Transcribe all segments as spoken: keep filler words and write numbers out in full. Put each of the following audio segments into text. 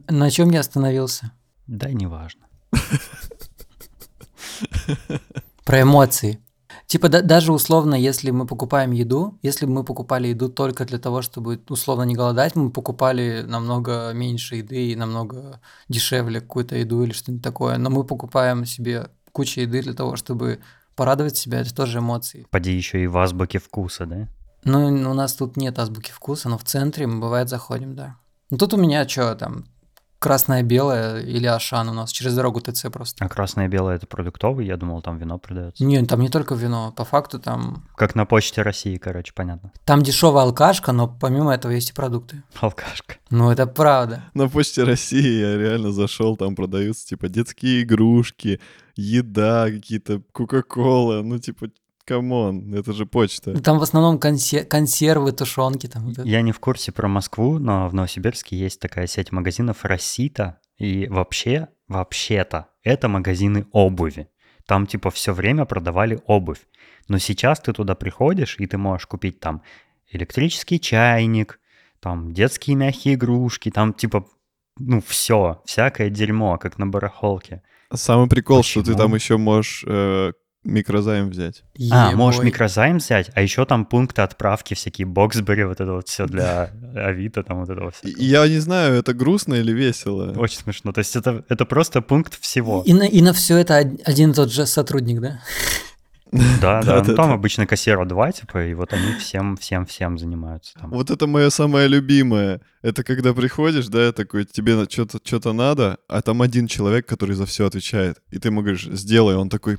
На чем я остановился? Да, неважно. Про эмоции. Типа да, даже условно, если мы покупаем еду, если бы мы покупали еду только для того, чтобы условно не голодать, мы покупали намного меньше еды и намного дешевле какую-то еду или что-нибудь такое. Но мы покупаем себе кучу еды для того, чтобы порадовать себя, это тоже эмоции. Поди еще и в азбуке вкуса, да? Ну, у нас тут нет азбуки вкуса, но в центре мы, бывает, заходим, да. Ну, тут у меня что там, красное-белое или Ашан у нас через дорогу ТЦ просто. А красное-белое — это продуктовый? Я думал, там вино продается. Нет, там не только вино, по факту там... Как на Почте России, короче, понятно. Там дешевая алкашка, но помимо этого есть и продукты. Алкашка. Ну, это правда. На Почте России я реально зашел, там продаются, типа, детские игрушки, еда, какие-то кока-кола, ну, типа, камон, это же почта. Там в основном консер- консервы, тушенки. Там, вот Я не в курсе про Москву, но в Новосибирске есть такая сеть магазинов «Россита», и вообще, вообще-то, это магазины обуви. Там типа все время продавали обувь. Но сейчас ты туда приходишь, и ты можешь купить там электрический чайник, там детские мягкие игрушки, там типа, ну, все, всякое дерьмо, как на барахолке. Самый прикол, Почему? что ты там еще можешь э, микрозайм взять. А, Е-бой. можешь микрозайм взять, а еще там пункты отправки, всякие Боксбери, вот это вот все для Авито, там вот этого всякого. И я не знаю, это грустно или весело. Очень смешно. То есть это, это просто пункт всего. И на, и на все это од- один и тот же сотрудник, да? Да, да. Ну Да-да-да. там обычно кассира два, типа, и вот они всем, всем, всем занимаются там. Вот это мое самое любимое. Это когда приходишь, да, такой, тебе на- что-то что-то надо, а там один человек, который за все отвечает. И ты ему говоришь, сделай. Он такой,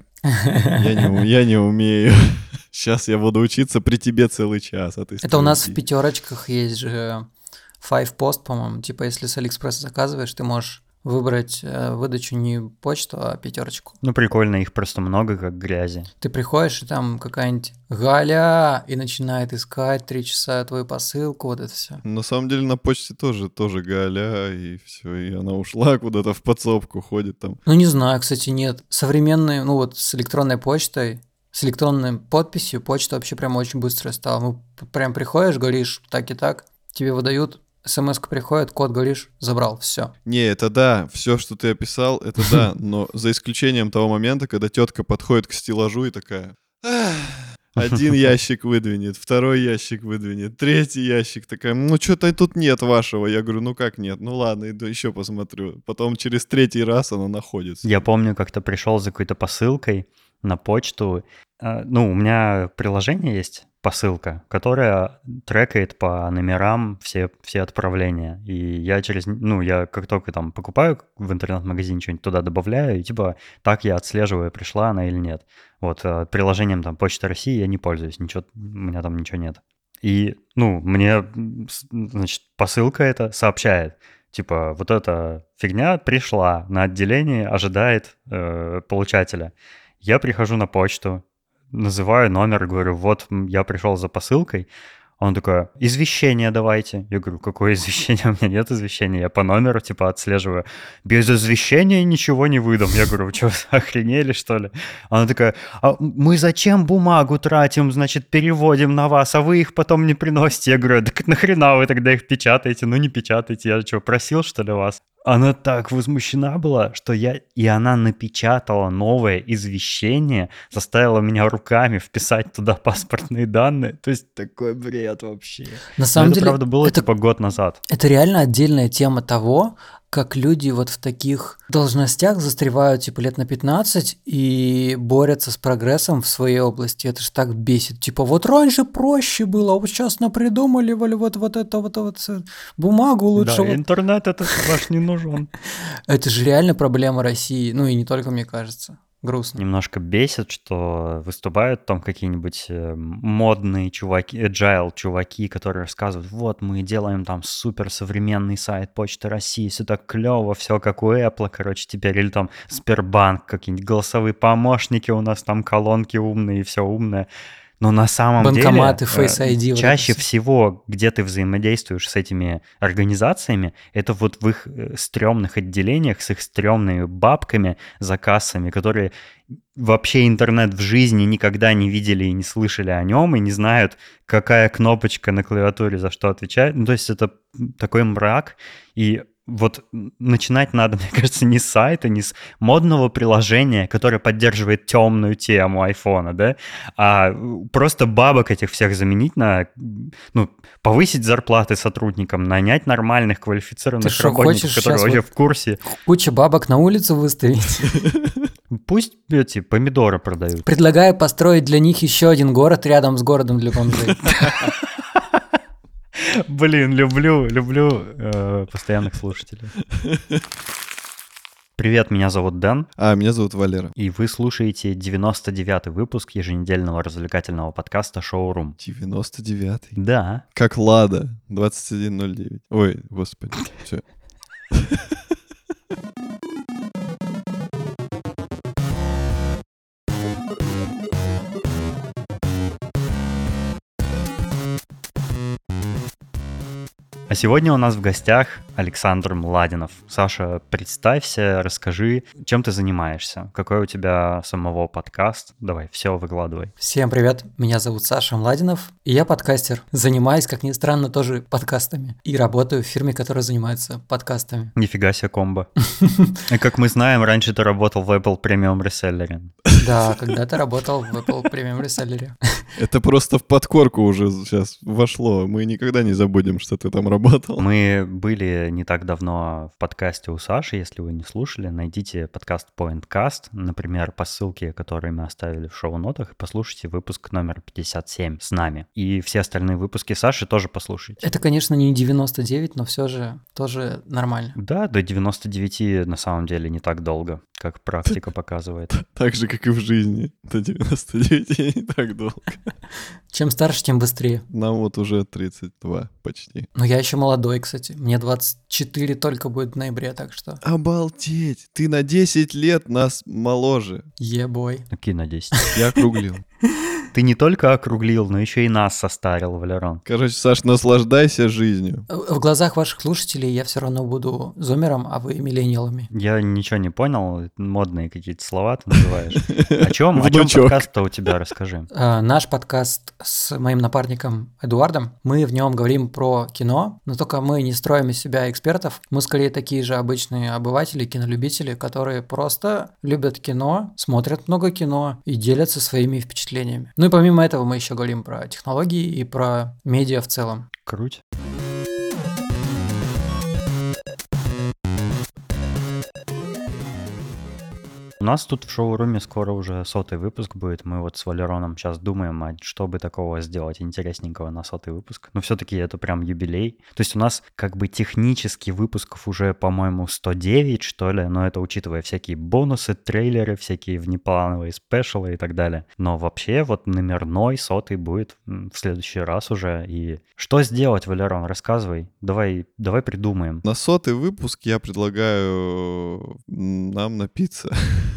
я не, у- я не умею. Сейчас я буду учиться при тебе целый час. А ты Это у нас в стой, пятерочках есть же Five Post, по-моему. Типа, если с Алиэкспресса заказываешь, ты можешь выбрать э, выдачу не почту, а пятерочку. Ну прикольно, их просто много, как грязи. Ты приходишь, и там какая-нибудь Галя, и начинает искать три часа твою посылку, вот это все. На самом деле на почте тоже, тоже Галя, и все, и она ушла куда-то в подсобку, ходит там. Ну, не знаю, кстати, нет. Современные, ну вот с электронной почтой, с электронной подписью почта вообще прям очень быстрая стала. Ну, п- прям приходишь, говоришь так и так, тебе выдают, смс-ка приходит, код говоришь, забрал, все. Не, это да, все, что ты описал, это да, но за исключением того момента, когда тетка подходит к стеллажу и такая... «Ах». Один ящик выдвинет, второй ящик выдвинет, третий ящик такая, ну что-то тут нет вашего. Я говорю, ну как нет? Ну ладно, иду еще посмотрю. Потом через третий раз она находится. Я помню, как-то пришел за какой-то посылкой на почту. А, Ну, у меня приложение есть, посылка, которая трекает по номерам все, все отправления. И я через, ну, я как только там покупаю в интернет-магазине что-нибудь, туда добавляю, и типа так я отслеживаю, пришла она или нет. Вот э, приложением там Почта России я не пользуюсь, ничего, у меня там ничего нет. И, ну, мне, м, с- значит, посылка эта сообщает, типа, вот эта фигня пришла на отделение, ожидает э, получателя. Я прихожу на почту, называю номер, говорю, вот м, я пришел за посылкой. Он такой, извещение давайте. Я говорю, какое извещение? У меня нет извещения. Я по номеру типа отслеживаю. Без извещения ничего не выдам. Я говорю, вы что, охренели, что ли? Она такая, а мы зачем бумагу тратим, значит, переводим на вас, а вы их потом не приносите? Я говорю, так нахрена вы тогда их печатаете? Ну не печатайте, я что, просил, что ли, вас? Она так возмущена была, что я... И она напечатала новое извещение, заставила меня руками вписать туда паспортные данные. То есть такой бред вообще. На Но самом это, деле, правда, было это, типа год назад. это реально отдельная тема того, как люди вот в таких должностях застревают типа лет на пятнадцать и борются с прогрессом в своей области. Это ж так бесит. Типа вот раньше проще было, а вот сейчас напридумали вот, вот это вот, вот э, бумагу лучше. Да, вот. интернет этот ваш не нужен. Это же реально проблема России. Ну и не только, мне кажется. Грустно. Немножко бесит, что выступают там какие-нибудь э, модные чуваки, agile чуваки, которые рассказывают, вот мы делаем там суперсовременный сайт Почты России, все так клево, все как у Apple, короче, теперь, или там Сбербанк, какие-нибудь голосовые помощники у нас, там колонки умные и все умное. Но на самом Банкоматы, деле Face ай ди, э, вот чаще это всё. всего, где ты взаимодействуешь с этими организациями, это вот в их э, стрёмных отделениях с их стрёмными бабками за кассами, которые вообще интернет в жизни никогда не видели и не слышали о нем, и не знают, какая кнопочка на клавиатуре за что отвечает. Ну, то есть это такой мрак, и Вот начинать надо, мне кажется, не с сайта, не с модного приложения, которое поддерживает темную тему айфона, да, а просто бабок этих всех заменить на, ну, повысить зарплаты сотрудникам, нанять нормальных квалифицированных Ты шо, работников, хочешь которые щас вообще вот в курсе. Куча бабок на улицу выставить? Пусть эти помидоры продают. Предлагаю построить для них еще один город рядом с городом для бомжей. Блин, люблю, люблю э, постоянных слушателей. Привет, меня зовут Дэн. А, меня зовут Валера. И вы слушаете девяносто девятый выпуск еженедельного развлекательного подкаста «Шоурум». девяносто девятый. Да. Как Лада, двадцать один ноль девять. Ой, господи, все. А сегодня у нас в гостях Александр Младинов. Саша, представься, расскажи, чем ты занимаешься, какой у тебя самого подкаст. Давай, все выкладывай. Всем привет, меня зовут Саша Младинов, и я подкастер. Занимаюсь, как ни странно, тоже подкастами. И работаю в фирме, которая занимается подкастами. Нифига себе комбо. Как мы знаем, раньше ты работал в Apple Premium Reseller. Да, когда-то работал в Apple Premium Reseller. Это просто в подкорку уже сейчас вошло. Мы никогда не забудем, что ты там работал. Мы были не так давно в подкасте у Саши. Если вы не слушали, найдите подкаст PointCast, например, по ссылке, которую мы оставили в шоу-нотах, и послушайте выпуск номер пятьдесят семь с нами. И все остальные выпуски Саши тоже послушайте. Это, конечно, не девяносто девять, но все же тоже нормально. Да, до девяноста девяти на самом деле не так долго, как практика показывает. Так же, как и в жизни. До девяноста девяти не так долго. Чем старше, тем быстрее. Нам вот уже тридцать два почти. Но я еще молодой, кстати. Мне двадцать четыре только будет в ноябре, так что... Обалдеть! Ты на десять лет нас моложе. Е-бой. Окей, на десять. Я округлил. Ты не только округлил, но еще и нас состарил, Валерон. Короче, Саш, наслаждайся жизнью. В глазах ваших слушателей я все равно буду зумером, а вы миллениалами. Я ничего не понял, модные какие-то слова ты называешь. О чем, о чем Внучок. подкаст-то у тебя, расскажи. А, наш подкаст с моим напарником Эдуардом, мы в нем говорим про кино, но только мы не строим из себя экспертов, мы скорее такие же обычные обыватели, кинолюбители, которые просто любят кино, смотрят много кино и делятся своими впечатлениями. Ну и помимо этого мы еще говорим про технологии и про медиа в целом. Круть. У нас тут в шоуруме скоро уже сотый выпуск будет. Мы вот с Валероном сейчас думаем, а что бы такого сделать интересненького на сотый выпуск. Но все-таки это прям юбилей. То есть у нас как бы технически выпусков уже, по-моему, сто девять, что ли. Но это учитывая всякие бонусы, трейлеры, всякие внеплановые спешалы и так далее. Но вообще вот номерной сотый будет в следующий раз уже. И что сделать, Валерон? Рассказывай. Давай, давай придумаем. На сотый выпуск я предлагаю нам напиться.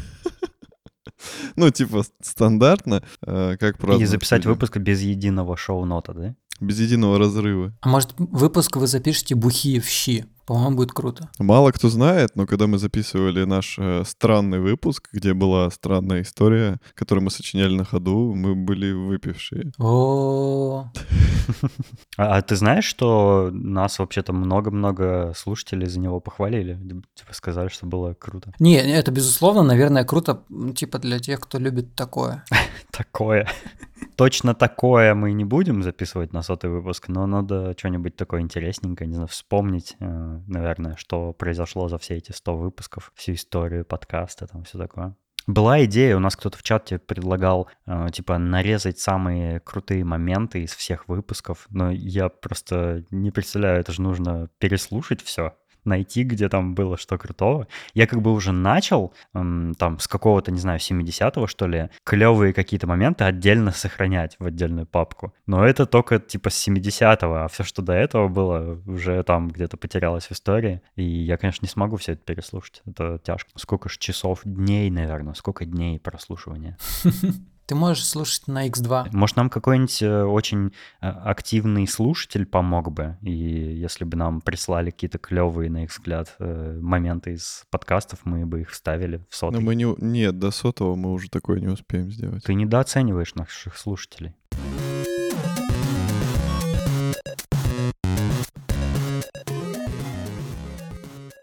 Ну, типа, стандартно, э, как праздновать. И записать будем. выпуск без единого шоу-нота, да? Без единого разрыва. А может, выпуск вы запишете бухие в щи? По-моему, будет круто. Мало кто знает, но когда мы записывали наш э, странный выпуск, где была странная история, которую мы сочиняли на ходу, мы были выпившие. О, А, а ты знаешь, что нас вообще-то много-много слушателей за него похвалили? Типа сказали, что было круто. не, это безусловно, наверное, круто, м, типа для тех, кто любит такое. Такое. Точно такое мы не будем записывать на сотый выпуск, но надо что-нибудь такое интересненькое, не знаю, вспомнить, э, наверное, что произошло за все эти сто выпусков, всю историю подкаста, там все такое. Была идея, у нас кто-то в чате предлагал, э, типа, нарезать самые крутые моменты из всех выпусков, но я просто не представляю, это же нужно переслушать все, найти, где там было что крутого. Я как бы уже начал эм, там с какого-то, не знаю, семидесятого, что ли, клевые какие-то моменты отдельно сохранять в отдельную папку. Но это только типа с семидесятого, а все, что до этого было, уже там где-то потерялось в истории. И я, конечно, не смогу все это переслушать. Это тяжко. Сколько ж часов, дней, наверное, сколько дней прослушивания. Ты можешь слушать на икс два. Может, нам какой-нибудь э, очень э, активный слушатель помог бы, и если бы нам прислали какие-то клевые, на их взгляд, э, моменты из подкастов, мы бы их вставили в сотый. Но мы не... Нет, до сотого мы уже такое не успеем сделать. Ты недооцениваешь наших слушателей.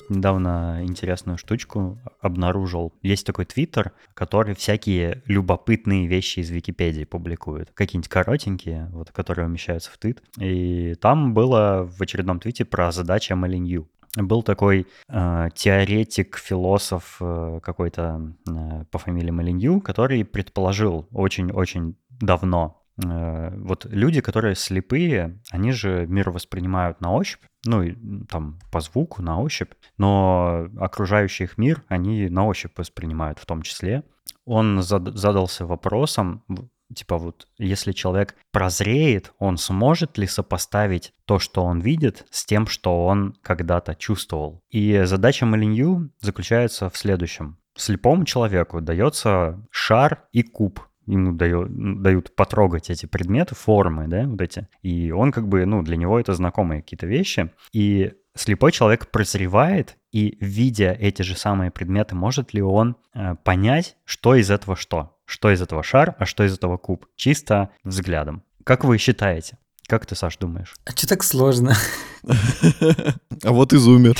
недавно интересную штучку обнаружил. Есть такой твиттер, который всякие любопытные вещи из Википедии публикует. Какие-нибудь коротенькие, вот, которые умещаются в твит. И там было в очередном твите про задачи Молинью. Был такой э, теоретик, философ э, какой-то э, по фамилии Молинью, который предположил очень-очень давно, э, вот люди, которые слепые, они же мир воспринимают на ощупь, ну, и, там, по звуку, на ощупь, но окружающий их мир они на ощупь воспринимают в том числе. Он зад- задался вопросом, типа вот, если человек прозреет, он сможет ли сопоставить то, что он видит, с тем, что он когда-то чувствовал? И задача Молинью заключается в следующем. Слепому человеку дается шар и куб. Ему дают, дают потрогать эти предметы, формы, да, вот эти. И он как бы, ну, для него это знакомые какие-то вещи. И слепой человек прозревает, и, видя эти же самые предметы, может ли он э, понять, что из этого что? Что из этого шар, а что из этого куб? Чисто взглядом. Как вы считаете? Как ты, Саш, думаешь? А что так сложно? А вот изумер.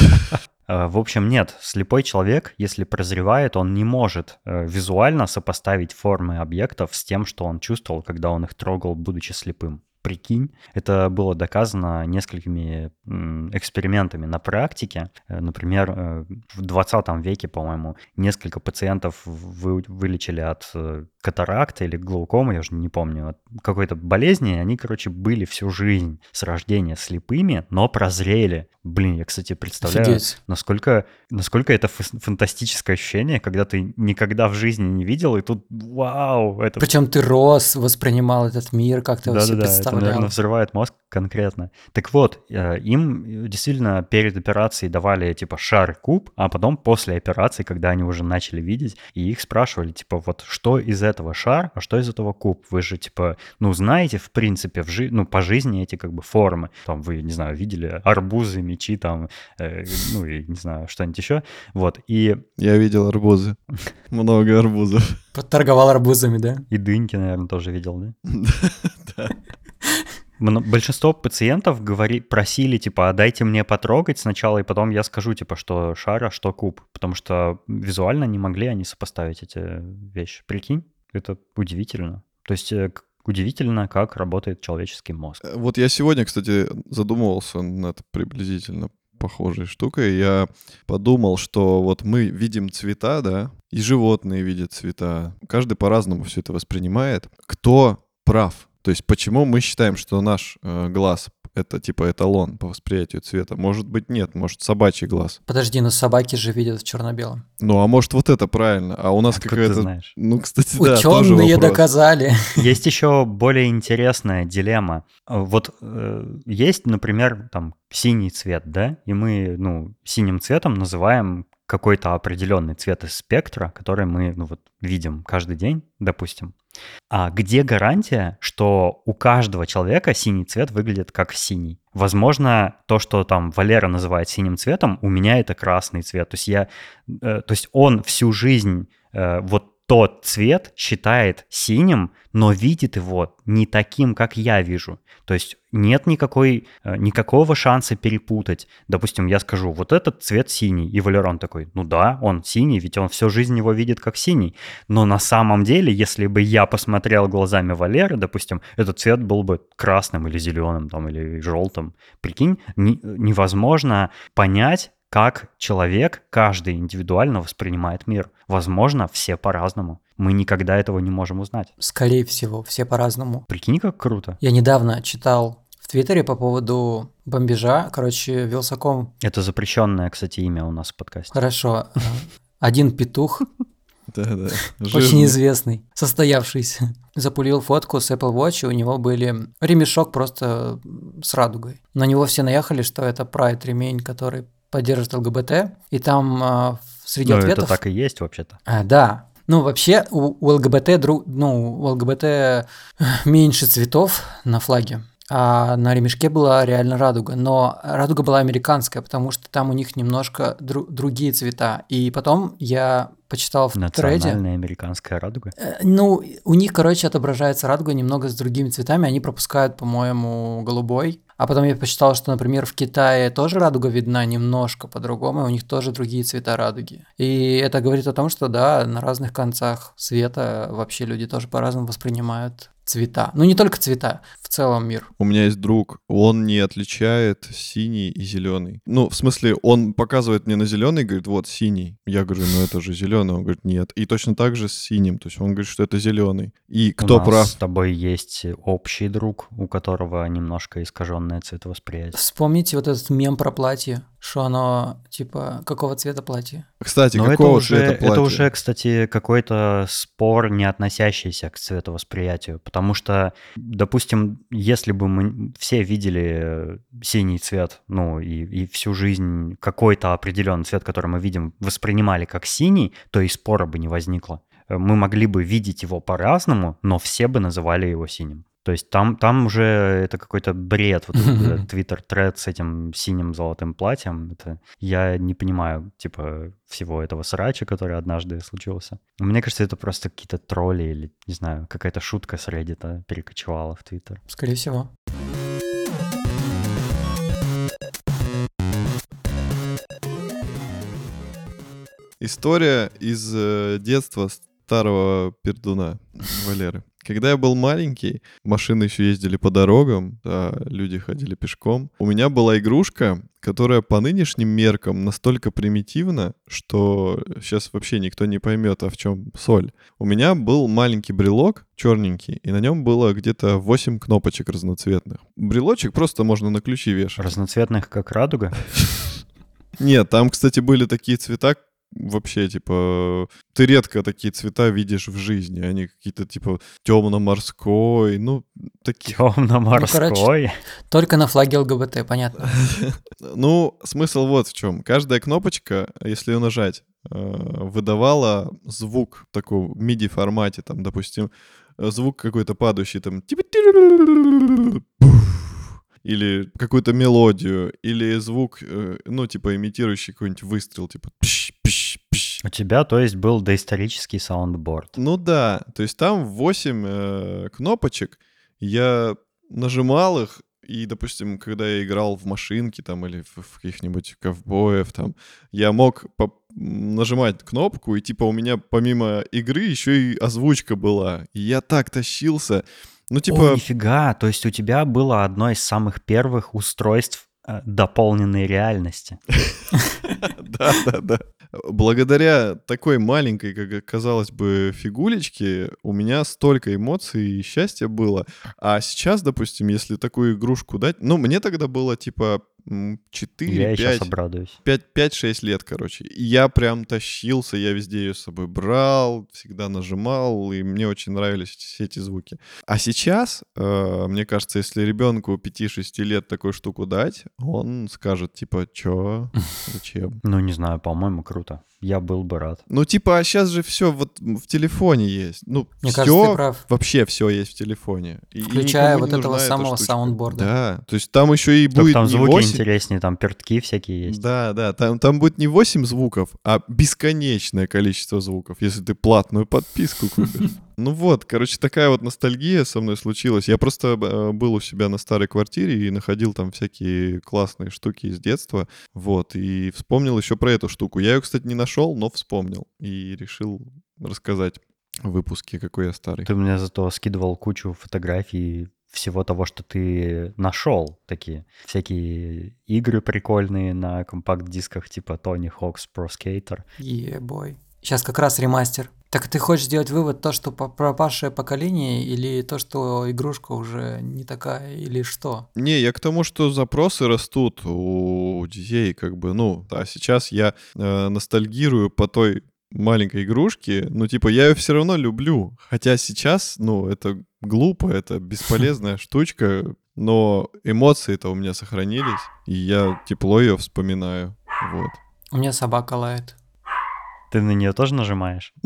В общем, нет. Слепой человек, если прозревает, он не может э, визуально сопоставить формы объектов с тем, что он чувствовал, когда он их трогал, будучи слепым. Прикинь, это было доказано несколькими м, экспериментами на практике. Э, Например, э, в двадцатом веке, по-моему, несколько пациентов вы- вылечили от э, катаракты или глаукомы, я уже не помню, от какой-то болезни. Они, короче, были всю жизнь с рождения слепыми, но прозрели. Блин, я, кстати, представляю, Офигеть. насколько, насколько это фас- фантастическое ощущение, когда ты никогда в жизни не видел, и тут вау, это... Причем ты рос, воспринимал этот мир, как ты его себе Да-да-да, это, наверное, представлял. взрывает мозг конкретно. Так вот, э, им действительно перед операцией давали типа шар и куб, а потом после операции, когда они уже начали видеть, и их спрашивали, типа, вот что из этого шар, а что из этого куб? Вы же, типа, ну, знаете, в принципе, в жи- ну, по жизни эти как бы формы. Там вы, не знаю, видели арбузы, мечи, там, э, ну, и не знаю, что-нибудь еще. Вот, и... Я видел арбузы. Много арбузов. Торговал арбузами, да? И дыньки, наверное, тоже видел, да? Да. Мно- Большинство пациентов говори, просили, типа, а дайте мне потрогать сначала, и потом я скажу, типа, что шар, а что куб. Потому что визуально не могли они сопоставить эти вещи. Прикинь, это удивительно. То есть э, к- удивительно, как работает человеческий мозг. Э, Вот я сегодня, кстати, задумывался над приблизительно похожей штукой. Я подумал, что вот мы видим цвета, да, и животные видят цвета. Каждый по-разному все это воспринимает. Кто прав? То есть почему мы считаем, что наш э, глаз — это типа эталон по восприятию цвета? Может быть, нет, может, собачий глаз. Подожди, но собаки же видят в черно-белом. Ну, а может, вот это правильно, а у нас Откуда ты какая-то... знаешь? Ну, кстати, да, тоже Ученые вопрос. доказали. Есть еще более интересная дилемма. Э, Вот э, есть, например, там синий цвет, да, и мы, ну, синим цветом называем какой-то определенный цвет из спектра, который мы, ну, вот, видим каждый день, допустим. А где гарантия, что у каждого человека синий цвет выглядит как синий? Возможно, то, что там Валера называет синим цветом, у меня это красный цвет. То есть я, э, то есть он всю жизнь э, вот тот цвет считает синим, но видит его не таким, как я вижу. То есть нет никакой, э, никакого шанса перепутать. Допустим, я скажу, вот этот цвет синий, и Валерон такой, ну да, он синий, ведь он всю жизнь его видит как синий. Но на самом деле, если бы я посмотрел глазами Валеры, допустим, этот цвет был бы красным или зеленым, там, или желтым. Прикинь, не- невозможно понять, как человек, каждый индивидуально воспринимает мир. Возможно, все по-разному. Мы никогда этого не можем узнать. Скорее всего, все по-разному. Прикинь, как круто. Я недавно читал в Твиттере по поводу бомбежа, короче, Вилсаком. Это запрещенное, кстати, имя у нас в подкасте. Хорошо. э, Один петух, Да-да. очень Жирный. известный, состоявшийся, запулил фотку с Apple Watch, и у него были ремешок просто с радугой. На него все наехали, что это Pride ремень, который поддерживает ЛГБТ, и там э, среди Ну, ответов... это так и есть вообще-то. А, да. Ну, вообще, у, у ЛГБТ, дру- ну, у ЛГБТ э, меньше цветов на флаге, а на ремешке была реально радуга. Но радуга была американская, потому что там у них немножко дру- другие цвета. И потом я почитал в трейде. Национальная американская радуга. Э, Ну, у них, короче, отображается радуга немного с другими цветами. Они пропускают, по-моему, голубой. А потом я почитал, что, например, в Китае тоже радуга видна немножко по-другому, и у них тоже другие цвета радуги. И это говорит о том, что да, на разных концах света вообще люди тоже по-разному воспринимают цвета. Ну, не только цвета, в целом мир. У меня есть друг, он не отличает синий и зеленый. Ну, в смысле, он показывает мне на зеленый и говорит, вот синий. Я говорю, ну это же зеленый. Он говорит, нет. И точно так же с синим. То есть он говорит, что это зеленый. И кто У нас прав? с тобой есть общий друг, у которого немножко искаженное цветовосприятие. Вспомните вот этот мем про платье, что оно, типа, какого цвета платье? Кстати, Но это какого уже, цвета платье? это уже, кстати, какой-то спор, не относящийся к цветовосприятию. Потому что, допустим, если бы мы все видели синий цвет, ну и, и всю жизнь какой-то определенный цвет, который мы видим, воспринимали как синий, то и спора бы не возникло. Мы могли бы видеть его по-разному, но все бы называли его синим. То есть там, там уже это какой-то бред, вот этот твиттер-тред с этим синим золотым платьем. Это я не понимаю, типа, всего этого срача, который однажды случился. Мне кажется, это просто какие-то тролли или, не знаю, какая-то шутка с Reddit перекочевала в Твиттер. Скорее всего. История из э, детства старого пердуна Валеры. Когда я был маленький, машины еще ездили по дорогам, а люди ходили пешком. У меня была игрушка, которая по нынешним меркам настолько примитивна, что сейчас вообще никто не поймет, а в чем соль. У меня был маленький брелок, черненький, и на нем было где-то восемь кнопочек разноцветных. Брелочек просто можно на ключи вешать. Разноцветных, как радуга? Нет, там, кстати, были такие цвета, вообще, типа, ты редко такие цвета видишь в жизни. Они какие-то, типа, темно-морской, ну, такие. Темно-морской? Ну, короче, только на флаге ЛГБТ, понятно. Ну, смысл вот в чем. Каждая кнопочка, если ее нажать, выдавала звук в таком миди-формате, там, допустим, звук какой-то падающий, там, типа... Или какую-то мелодию, или звук, ну, типа, имитирующий какой-нибудь выстрел, типа... Пш-пш-пш. У тебя, то есть, был доисторический саундборд. Ну да, то есть там восемь э, кнопочек, я нажимал их, и, допустим, когда я играл в машинки там или в, в каких-нибудь ковбоев там, я мог по- нажимать кнопку, и типа у меня помимо игры еще и озвучка была. И я так тащился. Ну типа... О, нифига, то есть у тебя было одно из самых первых устройств э, дополненной реальности. Да, да, да. Благодаря такой маленькой, как казалось бы, фигулечке, у меня столько эмоций и счастья было. А сейчас, допустим, если такую игрушку дать... Ну, мне тогда было типа четыре, пять, пять-шесть лет, короче. И я прям тащился, я везде ее с собой брал, всегда нажимал, и мне очень нравились все эти звуки. А сейчас, э, мне кажется, если ребенку пяти-шести лет такую штуку дать, он скажет, типа, чё, зачем? Ну, не знаю, по-моему, круто. Я был бы рад. Ну, типа, а сейчас же все вот в телефоне есть. Ну, Мне все, кажется, ты прав. вообще все есть в телефоне. И, Включая и вот этого самого саундборда. Да, то есть там еще и Только будет там не звуки восемь... интереснее, там пертки всякие есть. Да, да, там, там будет не восемь звуков, а бесконечное количество звуков, если ты платную подписку купишь. Ну вот, короче, такая вот ностальгия со мной случилась. Я просто был у себя на старой квартире и находил там всякие классные штуки из детства. Вот, и вспомнил еще про эту штуку. Я ее, кстати, не нашел, но вспомнил. И решил рассказать в выпуске, какой я старый. Ты мне зато скидывал кучу фотографий всего того, что ты нашел. Такие всякие игры прикольные на компакт-дисках, типа Tony Hawk's Pro Skater. Ебой. Сейчас как раз ремастер. Так ты хочешь сделать вывод, то, что пропавшее поколение, или то, что игрушка уже не такая, или что? Не, я к тому, что запросы растут у детей, как бы, ну, а сейчас я э, ностальгирую по той маленькой игрушке, ну, типа, я ее все равно люблю. Хотя сейчас, ну, это глупо, это бесполезная штучка, но эмоции-то у меня сохранились, и я тепло ее вспоминаю, вот. У меня собака лает. Ты на нее тоже нажимаешь?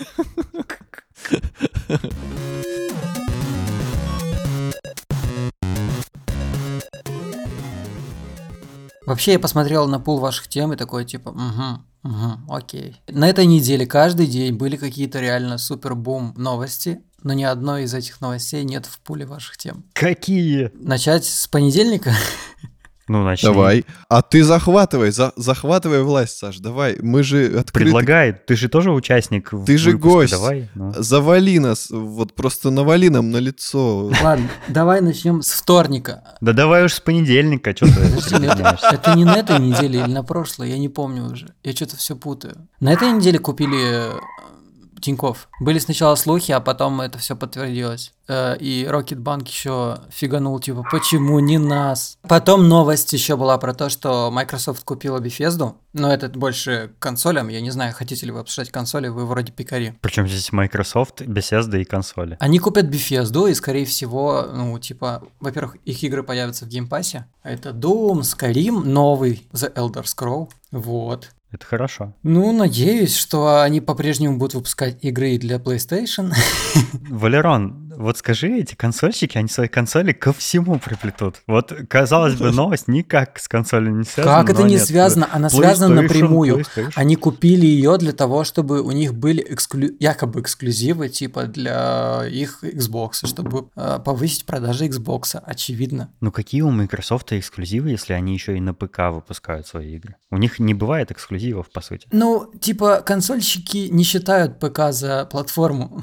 Вообще я посмотрел на пул ваших тем и такой типа, угу, угу, окей. На этой неделе каждый день были какие-то реально супер-бум новости. но ни одной из этих новостей нет в пуле ваших тем. Какие? Начать с понедельника? Ну, начни. Давай. А ты захватывай, за- захватывай власть, Саш, давай. Мы же открыты. Предлагай, ты же тоже участник Ты же выпуска, гость. давай. Ну. Завали нас, вот просто навали нам на лицо. Ладно, давай начнем с вторника. Да давай уж с понедельника, что ты Подожди, это, прибедняешься? это не на этой неделе или на прошлой, я не помню уже. Я что-то все путаю. На этой неделе купили э, Тинькофф. Были сначала слухи, а потом это все подтвердилось. Э, И Рокетбанк еще фиганул, типа, почему не нас? Потом новость еще была про то, что Microsoft купила Bethesda. Но это больше к консолям. Я не знаю, хотите ли вы обсуждать консоли, вы вроде пикари. Причем здесь Microsoft, Bethesda и консоли. Они купят Bethesda, и, скорее всего, ну, типа, во-первых, их игры появятся в геймпассе. Это Doom, Skyrim, новый, The Elder Scroll. Вот. Это хорошо. Ну, надеюсь, что они по-прежнему будут выпускать игры и для PlayStation. Валерон, вот скажи, эти консольщики, они свои консоли ко всему приплетут. Вот, казалось бы, новость никак с консолью не связана. Как это но не нет. связано? Она связана PlayStation, напрямую. PlayStation. Они купили ее для того, чтобы у них были эксклю... якобы эксклюзивы, типа для их Xbox, чтобы э, повысить продажи Xbox, очевидно. Ну какие у Microsoft эксклюзивы, если они еще и на ПК выпускают свои игры? У них не бывает эксклюзивов, по сути. Ну, типа, консольщики не считают ПК за платформу.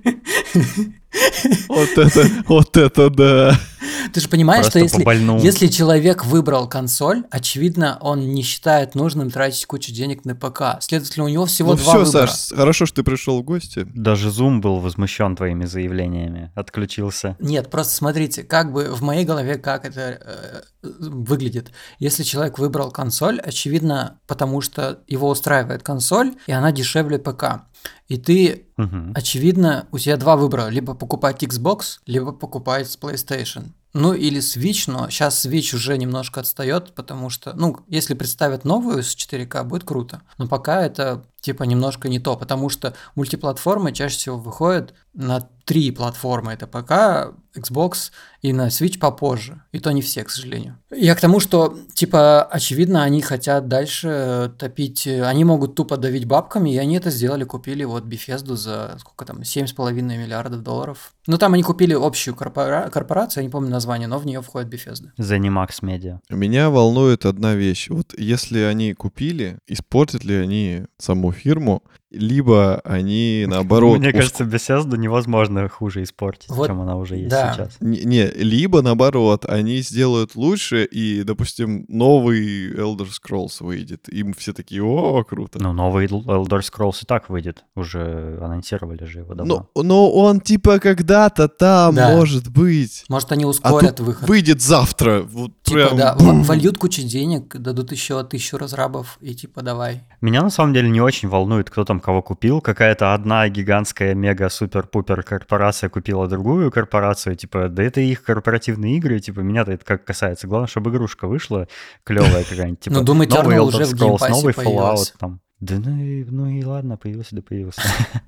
Вот это, вот это да. Ты же понимаешь, Просто что если, по-больному. если человек выбрал консоль, очевидно, он не считает нужным тратить кучу денег на ПК. Следовательно, у него всего Ну два все, выбора. Саш, хорошо, что ты пришел в гости. Даже Zoom был возмущен твоими заявлениями, отключился. Нет, просто смотрите, как бы в моей голове как это э, выглядит. Если человек выбрал консоль, очевидно, потому что его устраивает консоль, и она дешевле ПК. И ты, Мгм. очевидно, у тебя два выбора. Либо покупать Xbox, либо покупать PlayStation. Ну или Switch, но сейчас Switch уже немножко отстает, потому что, ну, если представят новую с четыре ка, будет круто. Но пока это типа немножко не то, потому что мультиплатформы чаще всего выходят на три платформы. Это ПК, Xbox и на Switch попозже. И то не все, к сожалению. Я к тому, что, типа, очевидно, они хотят дальше топить... Они могут тупо давить бабками, и они это сделали, купили вот Bethesda за, сколько там, семь с половиной миллиардов долларов. Ну, там они купили общую корпора- корпорацию, я не помню название, но в нее входит Bethesda. ZeniMax Media. Меня волнует одна вещь. Вот если они купили, испортят ли они саму фирму, либо они наоборот... Мне уск- кажется, Bethesda невозможно хуже испортить, Вот, чем она уже есть да. сейчас. Не, не, либо наоборот, они сделают лучше, и, допустим, новый Elder Scrolls выйдет. Им все такие, о, круто. Ну, новый Elder Scrolls и так выйдет. Уже анонсировали же его давно. Но, но он типа когда-то там, Да. может быть. Может, они А ускорят тут выход. выйдет завтра. Вот Типа, прям да, бум. в- вольют кучу денег, дадут еще тысячу разрабов, и типа, давай. Меня на самом деле не очень волнует, кто там кого купил. Какая-то одна гигантская мега-супер-пупер корпорация купила другую корпорацию. Типа, да это их корпоративные игры. Типа, меня-то это как касается. Главное, чтобы игрушка вышла клевая какая-нибудь. Типа, Ну, Doom Eternal новый Elder уже в Scrolls, геймпассе новый появилась. Fallout там. Да ну и, ну и ладно, появился, да появился.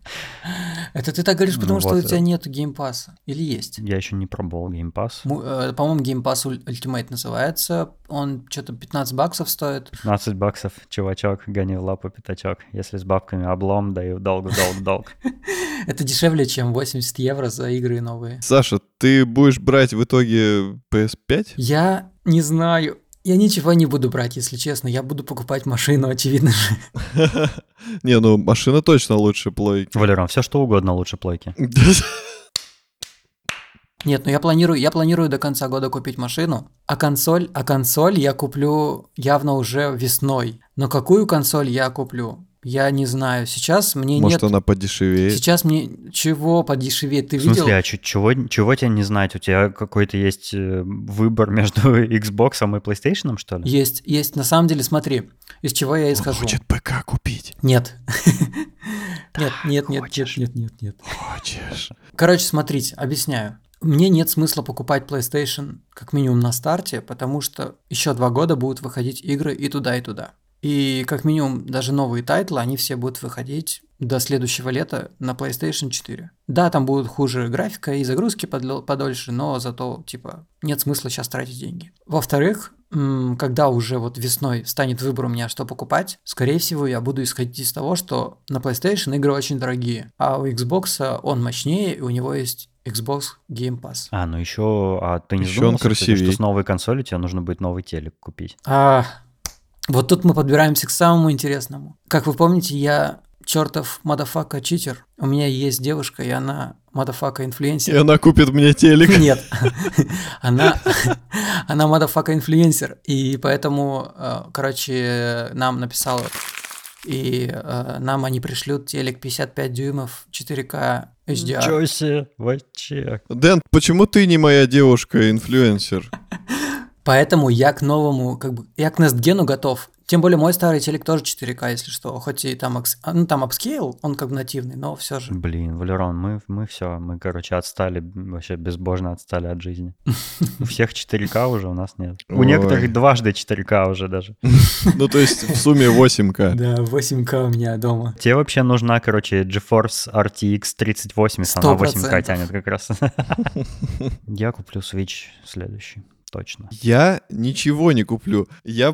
Это ты так говоришь, потому Ну что у вот, тебя э. нет геймпасса. Или есть? Я еще не пробовал Game Pass. Му- э, По-моему, Game Pass Ul- Ultimate называется. Он что-то пятнадцать баксов стоит. пятнадцать баксов, чувачок, гони в лапу пятачок. Если с бабками облом, даю долг, долг, долг. Это дешевле, чем восемьдесят евро за игры новые. Саша, ты будешь брать в итоге пи эс пять? Я не знаю. Я ничего не буду брать, если честно. Я буду покупать машину, очевидно же. Не, ну машина точно лучше плойки. Валерон, все что угодно лучше плойки. Нет, ну я планирую, я планирую до конца года купить машину, а консоль, а консоль я куплю явно уже весной. Но какую консоль я куплю? Я не знаю. Сейчас мне Может, нет... она подешевеет. Сейчас мне чего подешевеет? Ты В видел? смысле, а чё- чего, чего тебе не знать? У тебя какой-то есть э, выбор между Xbox и PlayStation, что ли? Есть, есть. На самом деле, смотри, из чего я Он исхожу. хочет ПК купить. Нет. Нет, нет, нет, нет, хочешь. нет, нет, нет. Хочешь. Короче, смотрите, объясняю. Мне нет смысла покупать PlayStation как минимум на старте, потому что еще два года будут выходить игры и туда, и туда. И как минимум даже новые тайтлы, они все будут выходить до следующего лета на PlayStation четыре. Да, там будет хуже графика и загрузки подл- подольше, но зато, типа, нет смысла сейчас тратить деньги. Во-вторых, м, когда уже вот весной станет выбор у меня, что покупать, скорее всего, я буду исходить из того, что на PlayStation игры очень дорогие, а у Xbox он мощнее, и у него есть Xbox Game Pass. А, ну еще, а ты не Ещё он задумался, кстати, что красивей. с новой консолью тебе нужно будет новый телек купить? А, вот тут мы подбираемся к самому интересному. Как вы помните, я чертов мадафака читер. У меня есть девушка, и она мадафака И инфлюенсер. она купит мне телек. Нет, она, она мадафака инфлюенсер, и поэтому, э, короче, нам написала, и э, нам они пришлют телек пятьдесят пять дюймов четыре ка эйч ди ар. Ничего себе, вообще. Дэн, почему ты не моя девушка-инфлюенсер? Поэтому я к новому, как бы, я к Next-гену готов. Тем более мой старый телек тоже четыре ка, если что. Хоть и там, акс- ну, там апскейл, он как бы нативный, но все же. Блин, Валерон, мы, мы все, мы, короче, отстали, вообще безбожно отстали от жизни. У всех четыре ка уже, у нас нет. У Ой. некоторых дважды четыре ка уже даже. Ну, то есть в сумме восемь ка. Да, восемь ка у меня дома. Тебе вообще нужна, короче, GeForce эр ти экс тридцать восемь, если она Сто восемь ка процентов. тянет как раз. Я куплю Switch следующий, точно. Я ничего не куплю. Я...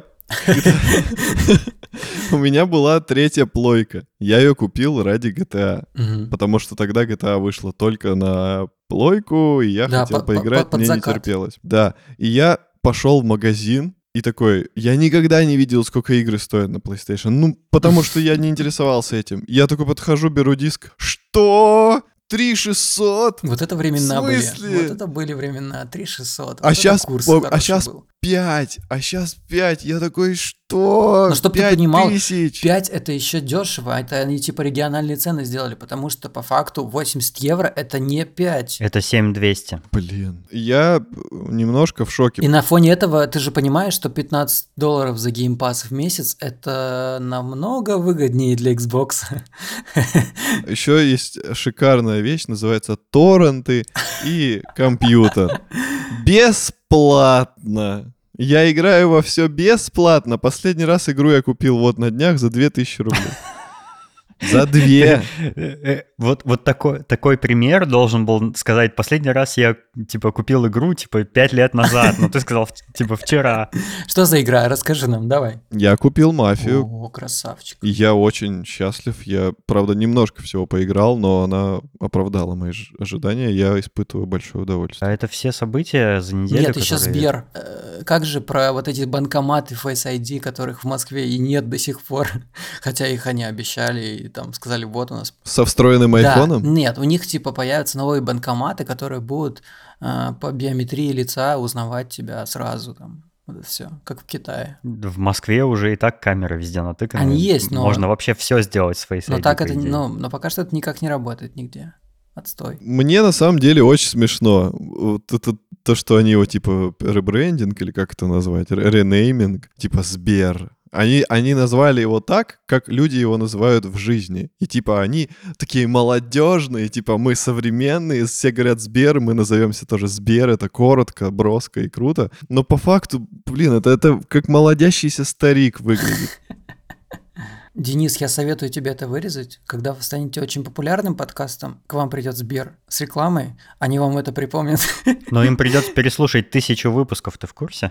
У меня была третья плойка. Я ее купил ради джи ти эй. Мгм. Потому что тогда джи ти эй вышла только на плойку, и я Да, хотел по- по- поиграть, под мне не закат. терпелось. Да, и я пошел в магазин и такой, я никогда не видел, сколько игры стоят на PlayStation. Ну, потому что я не интересовался этим. Я такой подхожу, беру диск. Что? три шестьсот? Вот это времена В были. смысле? Вот это были времена. три шестьсот. А Вот это щас курс по- а хороший щас был. пять, а сейчас пять. Я такой, что? Ну, чтоб ты пять понимал, тысяч. пять это еще дешево, это они типа региональные цены сделали, потому что по факту восемьдесят евро это не пять. Это семь двести. Блин, я немножко в шоке. И на фоне этого ты же понимаешь, что пятнадцать долларов за Game Pass в месяц это намного выгоднее для Xbox. Еще есть шикарная вещь, называется торренты и компьютер. Бесплатно. Я играю во все бесплатно. Последний раз игру я купил вот на днях за две тысячи рублей. За две. Вот, вот такой, такой пример должен был сказать. Последний раз я, типа, купил игру, типа, пять лет назад. Но ты сказал, типа, вчера. Что за игра? Расскажи нам, давай. Я купил мафию. О, красавчик. И я очень счастлив. Я, правда, немножко всего поиграл, но она оправдала мои ж- ожидания. Я испытываю большое удовольствие. А это все события за неделю, Нет, еще которые- Сбер. Э, Как же про вот эти банкоматы Face ай ди, которых в Москве и нет до сих пор, хотя их они обещали и там сказали, вот у нас. Со встроенным Да, айфоном? нет, у них типа появятся новые банкоматы, которые будут э, по биометрии лица узнавать тебя сразу там. Вот это все, как в Китае. В Москве уже и так камеры везде натыканы. Они есть, но- Можно вообще все сделать с Face Но ай ди, так по это, идее. ну, но пока что это никак не работает нигде. Отстой. Мне на самом деле очень смешно. Вот это то, что они его типа ребрендинг или как это назвать, ре- ренейминг, типа Сбер. Они, они назвали его так, как люди его называют в жизни. И типа они такие молодежные, типа мы современные, все говорят Сбер, мы назовемся тоже Сбер, это коротко, броско и круто. Но по факту, блин, это, это как молодящийся старик выглядит. Денис, я советую тебе это вырезать. Когда вы станете очень популярным подкастом, к вам придет Сбер с рекламой, они вам это припомнят. Но им придется переслушать тысячу выпусков, ты в курсе?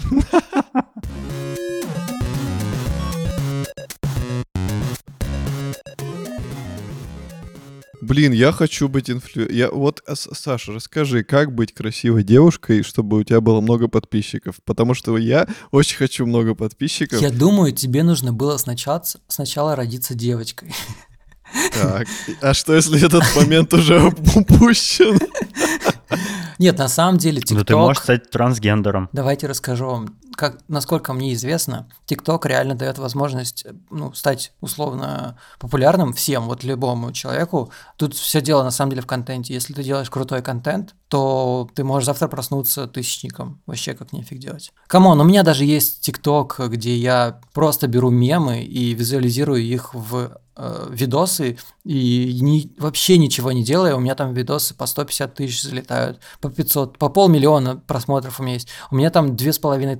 Блин, я хочу быть инфлю... Я... Вот, а, С- Саша, расскажи, как быть красивой девушкой, чтобы у тебя было много подписчиков? Потому что я очень хочу много подписчиков. Я думаю, тебе нужно было сначала, сначала родиться девочкой. Так, а что если этот момент уже упущен? Нет, на самом деле Ну ты можешь ТикТок... стать трансгендером. Давайте расскажу вам. Как, насколько мне известно, ТикТок реально дает возможность ну, стать условно популярным всем, вот любому человеку. Тут все дело на самом деле в контенте. Если ты делаешь крутой контент, то ты можешь завтра проснуться тысячником. Вообще как нефиг делать. Камон, у меня даже есть ТикТок, где я просто беру мемы и визуализирую их в э, видосы и ни, вообще ничего не делаю. У меня там видосы по сто пятьдесят тысяч залетают, по пятьсот, по полмиллиона просмотров у меня есть. У меня там две с половиной тысячи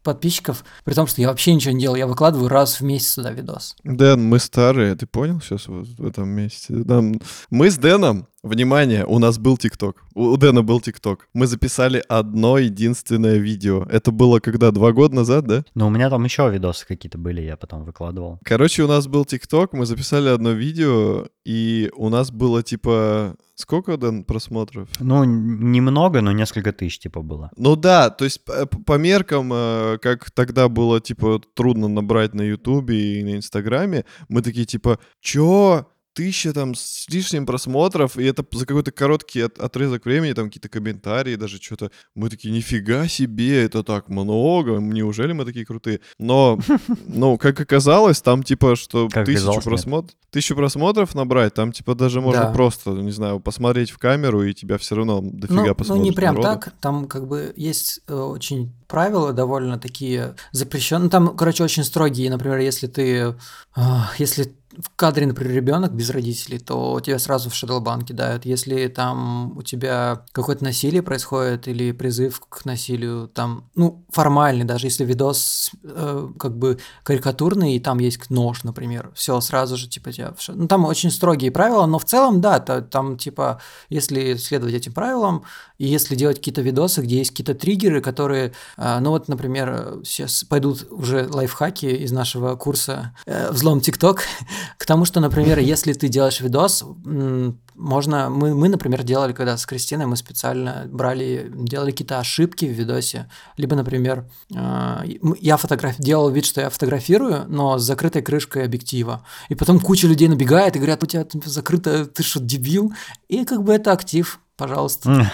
подписчиков, при том, что я вообще ничего не делаю, я выкладываю раз в месяц сюда видос. Дэн, мы старые, ты понял сейчас вот в этом месте? Нам... Мы с Дэном, внимание, у нас был ТикТок, у Дэна был ТикТок. Мы записали одно единственное видео. Это было когда, два года назад, да? Но у меня там еще видосы какие-то были, я потом выкладывал. Короче, у нас был ТикТок, мы записали одно видео, и у нас было типа... Сколько, Дэн, просмотров? Ну, немного, но несколько тысяч типа было. Ну да, то есть по, по меркам, как тогда было типа трудно набрать на Ютубе и на Инстаграме, мы такие типа, чё? Тысяча там с лишним просмотров, и это за какой-то короткий от, отрезок времени, там какие-то комментарии, даже что-то. Мы такие, нифига себе, это так много, неужели мы такие крутые? Но, ну, как оказалось, там типа, что Как тысячу оказалось, нет. просмотров, тысячу просмотров набрать, там типа даже можно Да. просто, не знаю, посмотреть в камеру, и тебя все равно дофига Ну, ну, посмотрит не прям народу. так, там как бы есть э, очень правила довольно такие запрещенные, там, короче, очень строгие, например, если ты, э, если в кадре, например, ребенок без родителей, то тебя сразу в шэдоубан кидают. Если там у тебя какое-то насилие происходит или призыв к насилию, там, ну, формальный, даже если видос э, как бы карикатурный, и там есть нож, например, все сразу же, типа, тебя в шэд- Ну, там очень строгие правила, но в целом, да, та- там, типа, если следовать этим правилам, и если делать какие-то видосы, где есть какие-то триггеры, которые, э, ну, вот, например, сейчас пойдут уже лайфхаки из нашего курса э, «Взлом ТикТок», к тому, что, например, если ты делаешь видос, м, можно... Мы, мы, например, делали, когда с Кристиной, мы специально брали, делали какие-то ошибки в видосе. Либо, например, э, м- я фотограф... делал вид, что я фотографирую, но с закрытой крышкой объектива. И потом куча людей набегает и говорят, у тебя там закрыто, ты что, дебил? И как бы это актив, пожалуйста.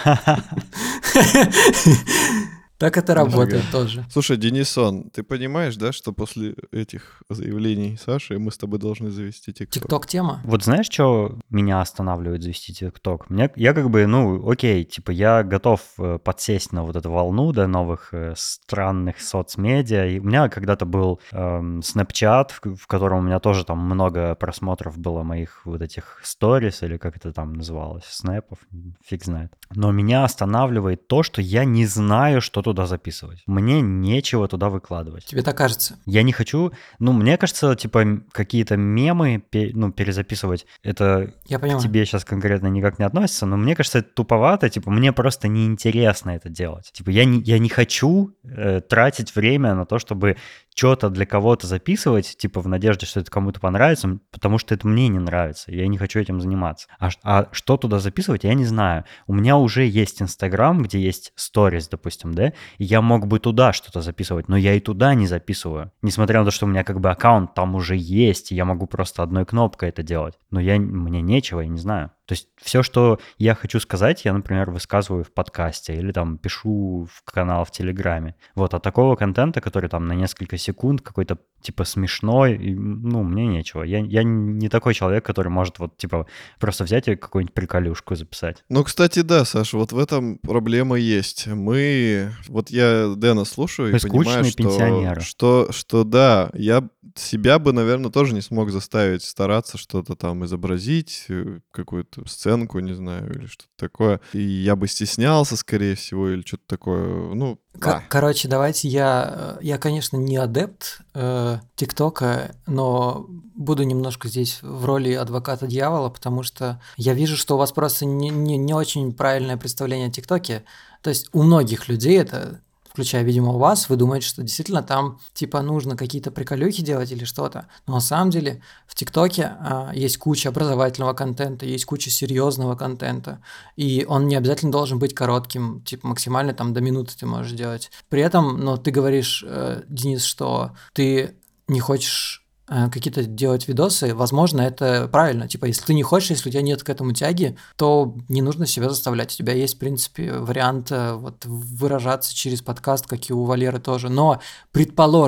Так это работает тоже. Слушай, Денисон, ты понимаешь, да, что после этих заявлений Саши мы с тобой должны завести ТикТок? ТикТок-тема? Вот знаешь, что меня останавливает завести ТикТок? Мне, я как бы, ну, окей, типа я готов э, подсесть на вот эту волну, да, новых э, странных соцмедиа. И у меня когда-то был эм, Snapchat, в, в котором у меня тоже там много просмотров было моих вот этих сторис, или как это там называлось, снэпов, фиг знает. Но меня останавливает то, что я не знаю, что туда записывать. Мне нечего туда выкладывать. Тебе так кажется? Я не хочу, ну, мне кажется, типа, м, какие-то мемы, пе- ну, перезаписывать, это Я к понимаю. тебе сейчас конкретно никак не относится, но мне кажется, это туповато, типа, мне просто неинтересно это делать. Типа, я не, я не хочу э, тратить время на то, чтобы что-то для кого-то записывать, типа, в надежде, что это кому-то понравится, потому что это мне не нравится, я не хочу этим заниматься. А, ш- а что туда записывать, я не знаю. У меня уже есть Инстаграм, где есть сторис, допустим, да, и я мог бы туда что-то записывать, но я и туда не записываю. Несмотря на то, что у меня как бы аккаунт там уже есть, и я могу просто одной кнопкой это делать. Но я, мне нечего, я не знаю. То есть все, что я хочу сказать, я, например, высказываю в подкасте или там пишу в канал в Телеграме. Вот, а такого контента, который там на несколько секунд, какой-то типа смешной, и, ну, мне нечего. Я, я не такой человек, который может вот типа просто взять и какую-нибудь приколюшку записать. Ну, кстати, да, Саша, вот в этом проблема есть. Мы, вот я Дэна слушаю Мы и понимаю, скучные что, пенсионеры. что, что да, я себя бы, наверное, тоже не смог заставить стараться что-то там изобразить, э, какую-то сценку, не знаю, или что-то такое. И я бы стеснялся, скорее всего, или что-то такое. Ну, К- да. Короче, давайте я, э, я, конечно, не адепт э, ТикТока, но буду немножко здесь в роли адвоката дьявола, потому что я вижу, что у вас просто не, не, не очень правильное представление о ТикТоке. То есть у многих людей это, включая, видимо, у вас, вы думаете, что действительно там типа нужно какие-то приколюхи делать или что-то. Но на самом деле в ТикТоке а, есть куча образовательного контента, есть куча серьезного контента, и он не обязательно должен быть коротким, типа максимально там до минуты ты можешь делать. При этом, ну, ты говоришь, э, Денис, что ты не хочешь э, какие-то делать видосы, возможно, это правильно. Типа, если ты не хочешь, если у тебя нет к этому тяги, то не нужно себя заставлять. У тебя есть, в принципе, вариант э, вот выражаться через подкаст, как и у Валеры тоже. Но предположим,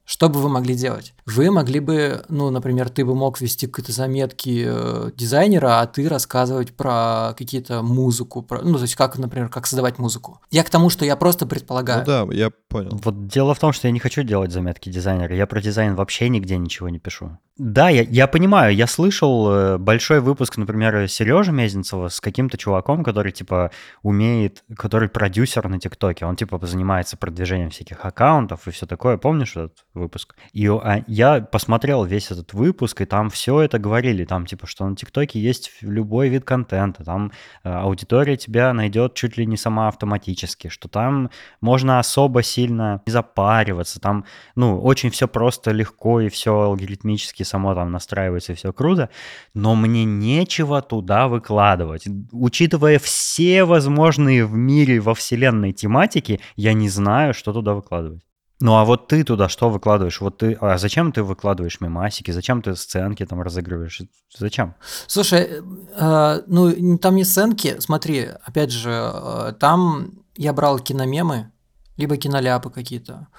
Что бы вы могли делать? Вы могли бы, ну, например, ты бы мог вести какие-то заметки э, дизайнера, а ты рассказывать про какие-то музыку, про, ну, то есть как, например, как создавать музыку. Я к тому, что я просто предполагаю. Ну да, я понял. Вот дело в том, что я не хочу делать заметки дизайнера. Я про дизайн вообще нигде ничего не пишу. Да, я, я понимаю, я слышал э, большой выпуск, например, Сережи Мезенцева с каким-то чуваком, который, типа, умеет, который продюсер на ТикТоке. Он, типа, занимается продвижением всяких аккаунтов и все такое. Помнишь этот выпуск? И а, я посмотрел весь этот выпуск, и там все это говорили. Там, типа, что на ТикТоке есть любой вид контента. Там э, аудитория тебя найдет чуть ли не сама автоматически. Что там можно особо сильно не запариваться. Там, ну, очень все просто, легко, и все алгоритмически само там настраивается, и все круто, но мне нечего туда выкладывать. Учитывая все возможные в мире, во вселенной тематики, я не знаю, что туда выкладывать. Ну а вот ты туда что выкладываешь? Вот ты, а зачем ты выкладываешь мемасики? Зачем ты сценки там разыгрываешь? Зачем? Слушай, э, ну там не сценки, смотри, опять же, э, там я брал киномемы, либо киноляпы какие-то,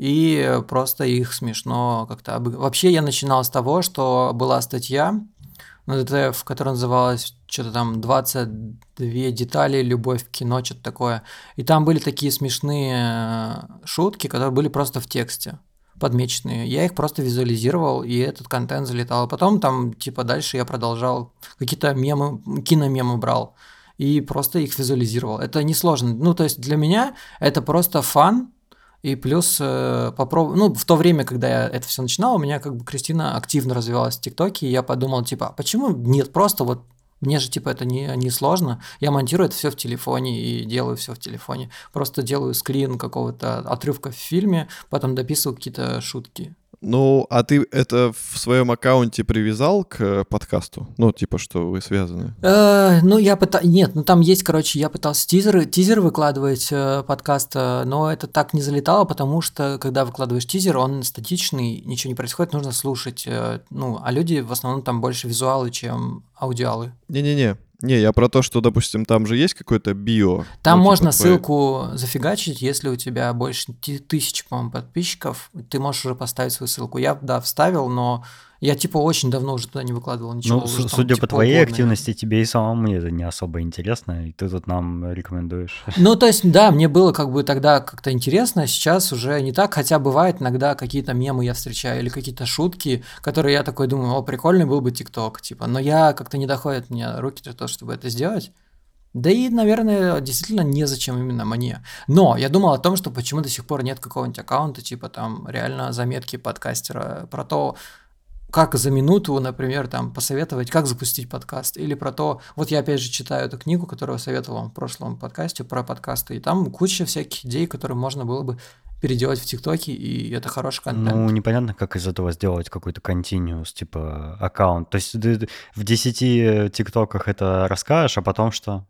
и просто их смешно как-то... обыг- Вообще я начинал с того, что была статья на дэ тэ эф, которая называлась что-то там двадцать две детали, любовь в кино, что-то такое. И там были такие смешные э, шутки, которые были просто в тексте, подмеченные. Я их просто визуализировал, и этот контент залетал. А потом там, типа, дальше я продолжал какие-то мемы, киномемы брал и просто их визуализировал. Это несложно. Ну, то есть для меня это просто фан, и плюс э, попробовать, ну, в то время, когда я это все начинал, у меня как бы Кристина активно развивалась в ТикТоке, и я подумал, типа, а почему нет, просто вот мне же, типа, это не, не сложно, я монтирую это все в телефоне и делаю все в телефоне, просто делаю скрин какого-то отрывка в фильме, потом дописываю какие-то шутки. Ну, а ты это в своем аккаунте привязал к подкасту? Ну, типа, что вы связаны? Э, ну, я пытался... Нет, ну там есть, короче, я пытался тизеры, тизер выкладывать э, подкаста, но это так не залетало, потому что, когда выкладываешь тизер, он статичный, ничего не происходит, нужно слушать. э, ну, а люди в основном там больше визуалы, чем аудиалы. Не-не-не. Не, я про то, что, допустим, там же есть какое-то био. Там ну, можно типа, твои- ссылку зафигачить, если у тебя больше ти- тысячи, по-моему, подписчиков, ты можешь уже поставить свою ссылку. Я, да, вставил, но я, типа, очень давно уже туда не выкладывал ничего. Ну, уже су- там, судя типа, по твоей полгода, активности, тебе и самому это не особо интересно, и ты тут нам рекомендуешь. Ну, то есть, да, мне было как бы тогда как-то интересно, сейчас уже не так, хотя бывает иногда какие-то мемы я встречаю или какие-то шутки, которые я такой думаю, о, прикольный был бы ТикТок, типа, но я как-то не доходят мне руки для того, чтобы это сделать. Да и, наверное, действительно незачем именно мне. Но я думал о том, что почему до сих пор нет какого-нибудь аккаунта, типа там реально заметки подкастера про то, как за минуту, например, там посоветовать, как запустить подкаст, или про то, вот я опять же читаю эту книгу, которую я советовал вам в прошлом подкасте про подкасты, и там куча всяких идей, которые можно было бы переделать в ТикТоке, и это хороший контент. Ну, непонятно, как из этого сделать какой-то continuous, типа, аккаунт. То есть ты в десяти ТикТоках это расскажешь, а потом что?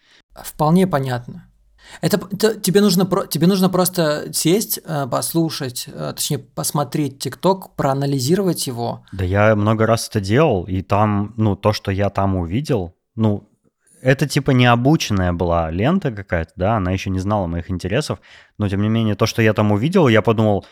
Вполне понятно. Это, это тебе нужно про- тебе нужно просто сесть, э, послушать, э, точнее посмотреть ТикТок, проанализировать его. Да я много раз это делал, и там, ну, то, что я там увидел, ну, это типа необученная была лента какая-то, да, она еще не знала моих интересов, но тем не менее, то, что я там увидел, я подумал,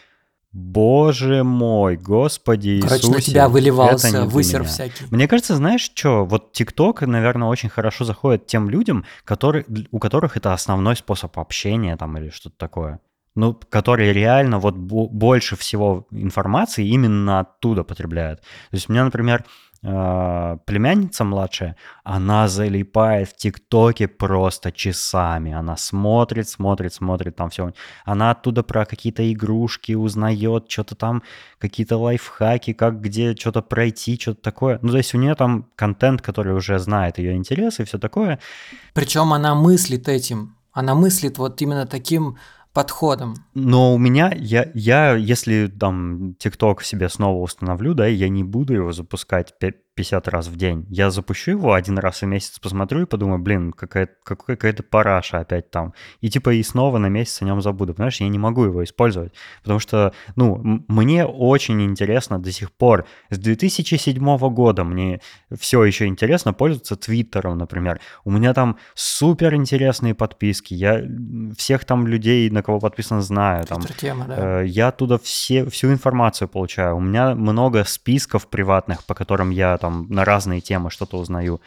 боже мой, господи Короче, Иисусе, на тебя это выливался не для высер меня. всякий. Мне кажется, знаешь что, вот ТикТок, наверное, очень хорошо заходит тем людям, которые, у которых это основной способ общения там или что-то такое. Ну, которые реально вот бо- больше всего информации именно оттуда потребляют. То есть у меня, например, э, племянница младшая, она залипает в ТикТоке просто часами. Она смотрит, смотрит, смотрит там все. Она оттуда про какие-то игрушки узнает, что-то там, какие-то лайфхаки, как где что-то пройти, что-то такое. Ну, то есть у нее там контент, который уже знает ее интересы и все такое. Причем она мыслит этим. Она мыслит вот именно таким подходом. Но у меня, я, я если там ТикТок себе снова установлю, да, я не буду его запускать пи- пятьдесят раз в день. Я запущу его один раз в месяц, посмотрю и подумаю, блин, какая-то, какая-то параша опять там. И типа и снова на месяц о нем забуду. Понимаешь, я не могу его использовать. Потому что, ну, м- мне очень интересно до сих пор. С две тысячи седьмого года мне все еще интересно пользоваться Твиттером, например. У меня там супер интересные подписки. Я всех там людей, на кого подписан, знаю. Там, Твиттер-тема, да. э, я оттуда все, всю информацию получаю. У меня много списков приватных, по которым я там на разные темы что-то узнаю.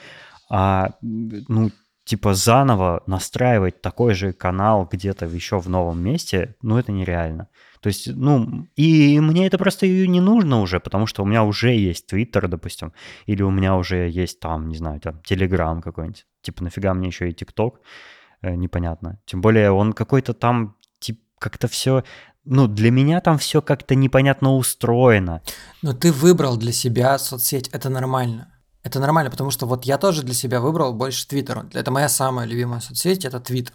А, ну, типа заново настраивать такой же канал где-то еще в новом месте, ну, это нереально. То есть, ну, и мне это просто и не нужно уже, потому что у меня уже есть Twitter, допустим, или у меня уже есть там, не знаю, там, Telegram какой-нибудь. Типа, нафига мне еще и TikTok? Э, непонятно. Тем более он какой-то там, типа, как-то все... Ну, для меня там все как-то непонятно устроено. Но ты выбрал для себя соцсеть, это нормально. Это нормально, потому что вот я тоже для себя выбрал больше Твиттер. Это моя самая любимая соцсеть, это Твиттер.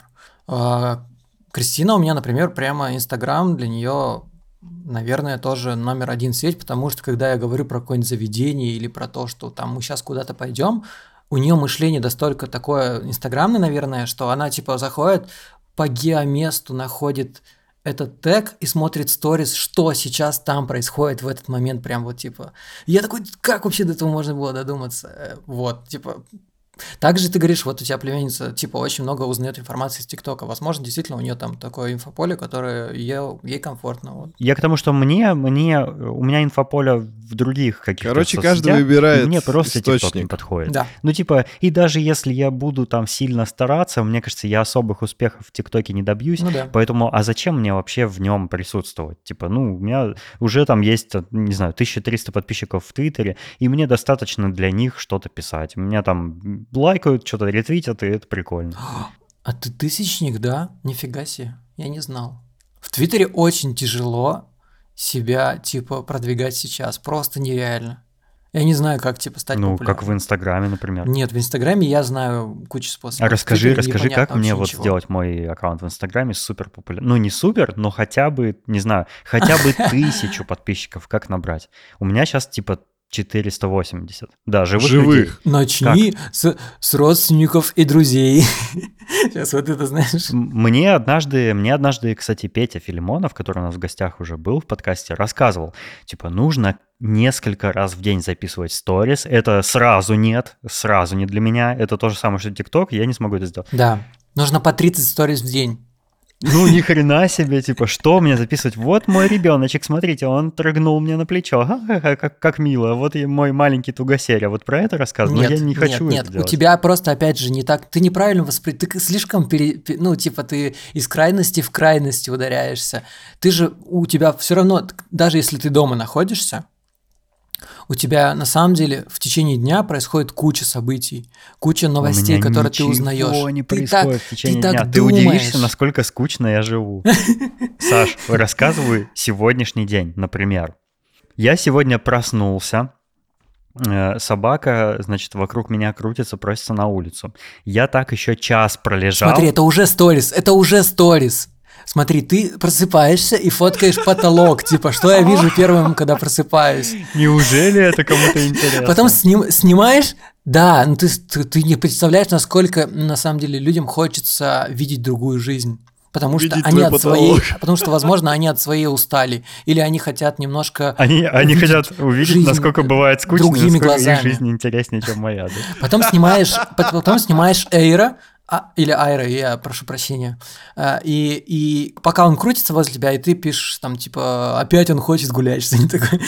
А, Кристина у меня, например, прямо Инстаграм для нее, наверное, тоже номер один сеть, потому что когда я говорю про какое-нибудь заведение или про то, что там мы сейчас куда-то пойдем, у нее мышление настолько такое инстаграмное, наверное, что она типа заходит по геоместу, находит этот тег и смотрит сторис, что сейчас там происходит в этот момент, прям вот типа. Я такой, как вообще до этого можно было додуматься? Э, Вот, типа. Также ты говоришь, вот у тебя племянница, типа, очень много узнает информации из ТикТока. Возможно, действительно, у нее там такое инфополе, которое ей, ей комфортно. Вот. Я к тому, что мне, мне, у меня инфополе в других каких-то Короче, соцсетях, каждый выбирает и мне просто TikTok не источник. подходит. Да. Ну, типа, и даже если я буду там сильно стараться, мне кажется, я особых успехов в ТикТоке не добьюсь, Ну да. поэтому, а зачем мне вообще в нем присутствовать? Типа, ну, у меня уже там есть, не знаю, тысяча триста подписчиков в Твиттере, и мне достаточно для них что-то писать. Меня там лайкают, что-то ретвитят, и это прикольно. А ты тысячник, да? Нифига себе, я не знал. В Твиттере очень тяжело себя, типа, продвигать сейчас, просто нереально. Я не знаю, как, типа, стать Ну, популярным. как в Инстаграме, например. Нет, в Инстаграме я знаю кучу способов. А расскажи, В Твиттере расскажи, непонятно как мне вообще вот ничего. сделать мой аккаунт в Инстаграме супер популярным? Ну, не супер, но хотя бы, не знаю, хотя бы тысячу подписчиков, как набрать? У меня сейчас типа четыреста восемьдесят. Да, живых, Живых. людей. Начни с, с родственников и друзей. Сейчас вот это знаешь. М- Мне однажды, мне однажды, кстати, Петя Филимонов, который у нас в гостях уже был в подкасте, рассказывал, типа, нужно несколько раз в день записывать сторис. Это сразу нет, сразу не для меня. Это то же самое, что ТикТок, я не смогу это сделать. Да, нужно по тридцать сториз в день. Ну, ни хрена себе, типа, что мне записывать? Вот мой ребеночек, смотрите, он трогнул мне на плечо. Ага, как, как мило. Вот и мой маленький тугосеря. Вот про это рассказываю. Но Нет, я не нет, хочу нет, это у делать. тебя просто, опять же, не так, ты неправильно воспринимаешь, ты слишком, пере, пе- ну, типа, ты из крайности в крайности ударяешься. Ты же, у тебя все равно, даже если ты дома находишься, у тебя на самом деле в течение дня происходит куча событий, куча новостей, У меня которые ты ничего узнаешь. не Ты происходит так, в течение ты дня. так Ты думаешь. удивишься, насколько скучно я живу. Саш, рассказываю сегодняшний день, например. Я сегодня проснулся, э, собака, значит, вокруг меня крутится, просится на улицу. Я так еще час пролежал. Смотри, это уже сторис, это уже сторис. Смотри, ты просыпаешься и фоткаешь потолок, типа, что я вижу первым, когда просыпаюсь. Неужели это кому-то интересно? Потом сним, снимаешь, да, ну ты, ты, ты не представляешь, насколько на самом деле людям хочется видеть другую жизнь. Потому что Видеть они твой от своей, потолок. потому что, возможно, они от своей устали, или они хотят немножко Они, они увидеть хотят увидеть, жизнь насколько бывает скучно, и другими насколько глазами. их жизнь интереснее, чем моя. Да? Потом снимаешь, потом снимаешь Эйра, а, или Айра, я прошу прощения, а, и, и пока он крутится возле тебя, и ты пишешь там, типа, опять он хочет гулять, что-нибудь такое.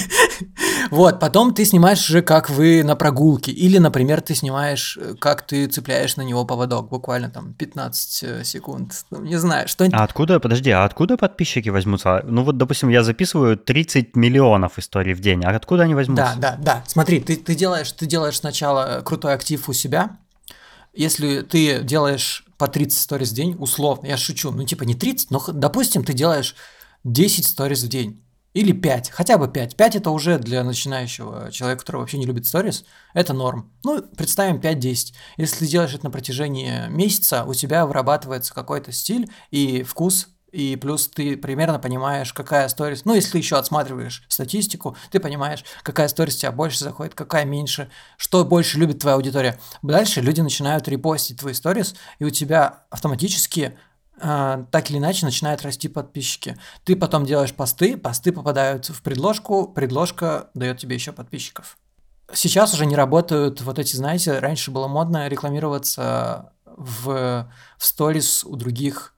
Вот, потом ты снимаешь уже, как вы на прогулке, или, например, ты снимаешь, как ты цепляешь на него поводок, буквально там пятнадцать секунд, ну, не знаю, что-нибудь. А откуда, подожди, а откуда подписчики возьмутся? Ну вот, допустим, я записываю тридцать миллионов историй в день, а откуда они возьмутся? Да, да, да. Смотри, ты, ты, делаешь, ты делаешь сначала крутой актив у себя. Если ты делаешь по тридцать сториз в день, условно, я шучу, ну типа не тридцать, но, х- допустим, ты делаешь десять сториз в день. Или пять, хотя бы пять. пять это уже для начинающего человека, который вообще не любит сторис, это норм. Ну, представим пять-десять. Если ты делаешь это на протяжении месяца, у тебя вырабатывается какой-то стиль и вкус, и плюс ты примерно понимаешь, какая сторис, ну, если ты еще отсматриваешь статистику, ты понимаешь, какая сторис тебя больше заходит, какая меньше, что больше любит твоя аудитория. Дальше люди начинают репостить твои сторис, и у тебя автоматически а, так или иначе начинают расти подписчики. Ты потом делаешь посты, посты попадают в предложку, предложка дает тебе еще подписчиков. Сейчас уже не работают вот эти, знаете, раньше было модно рекламироваться в, в сторис у других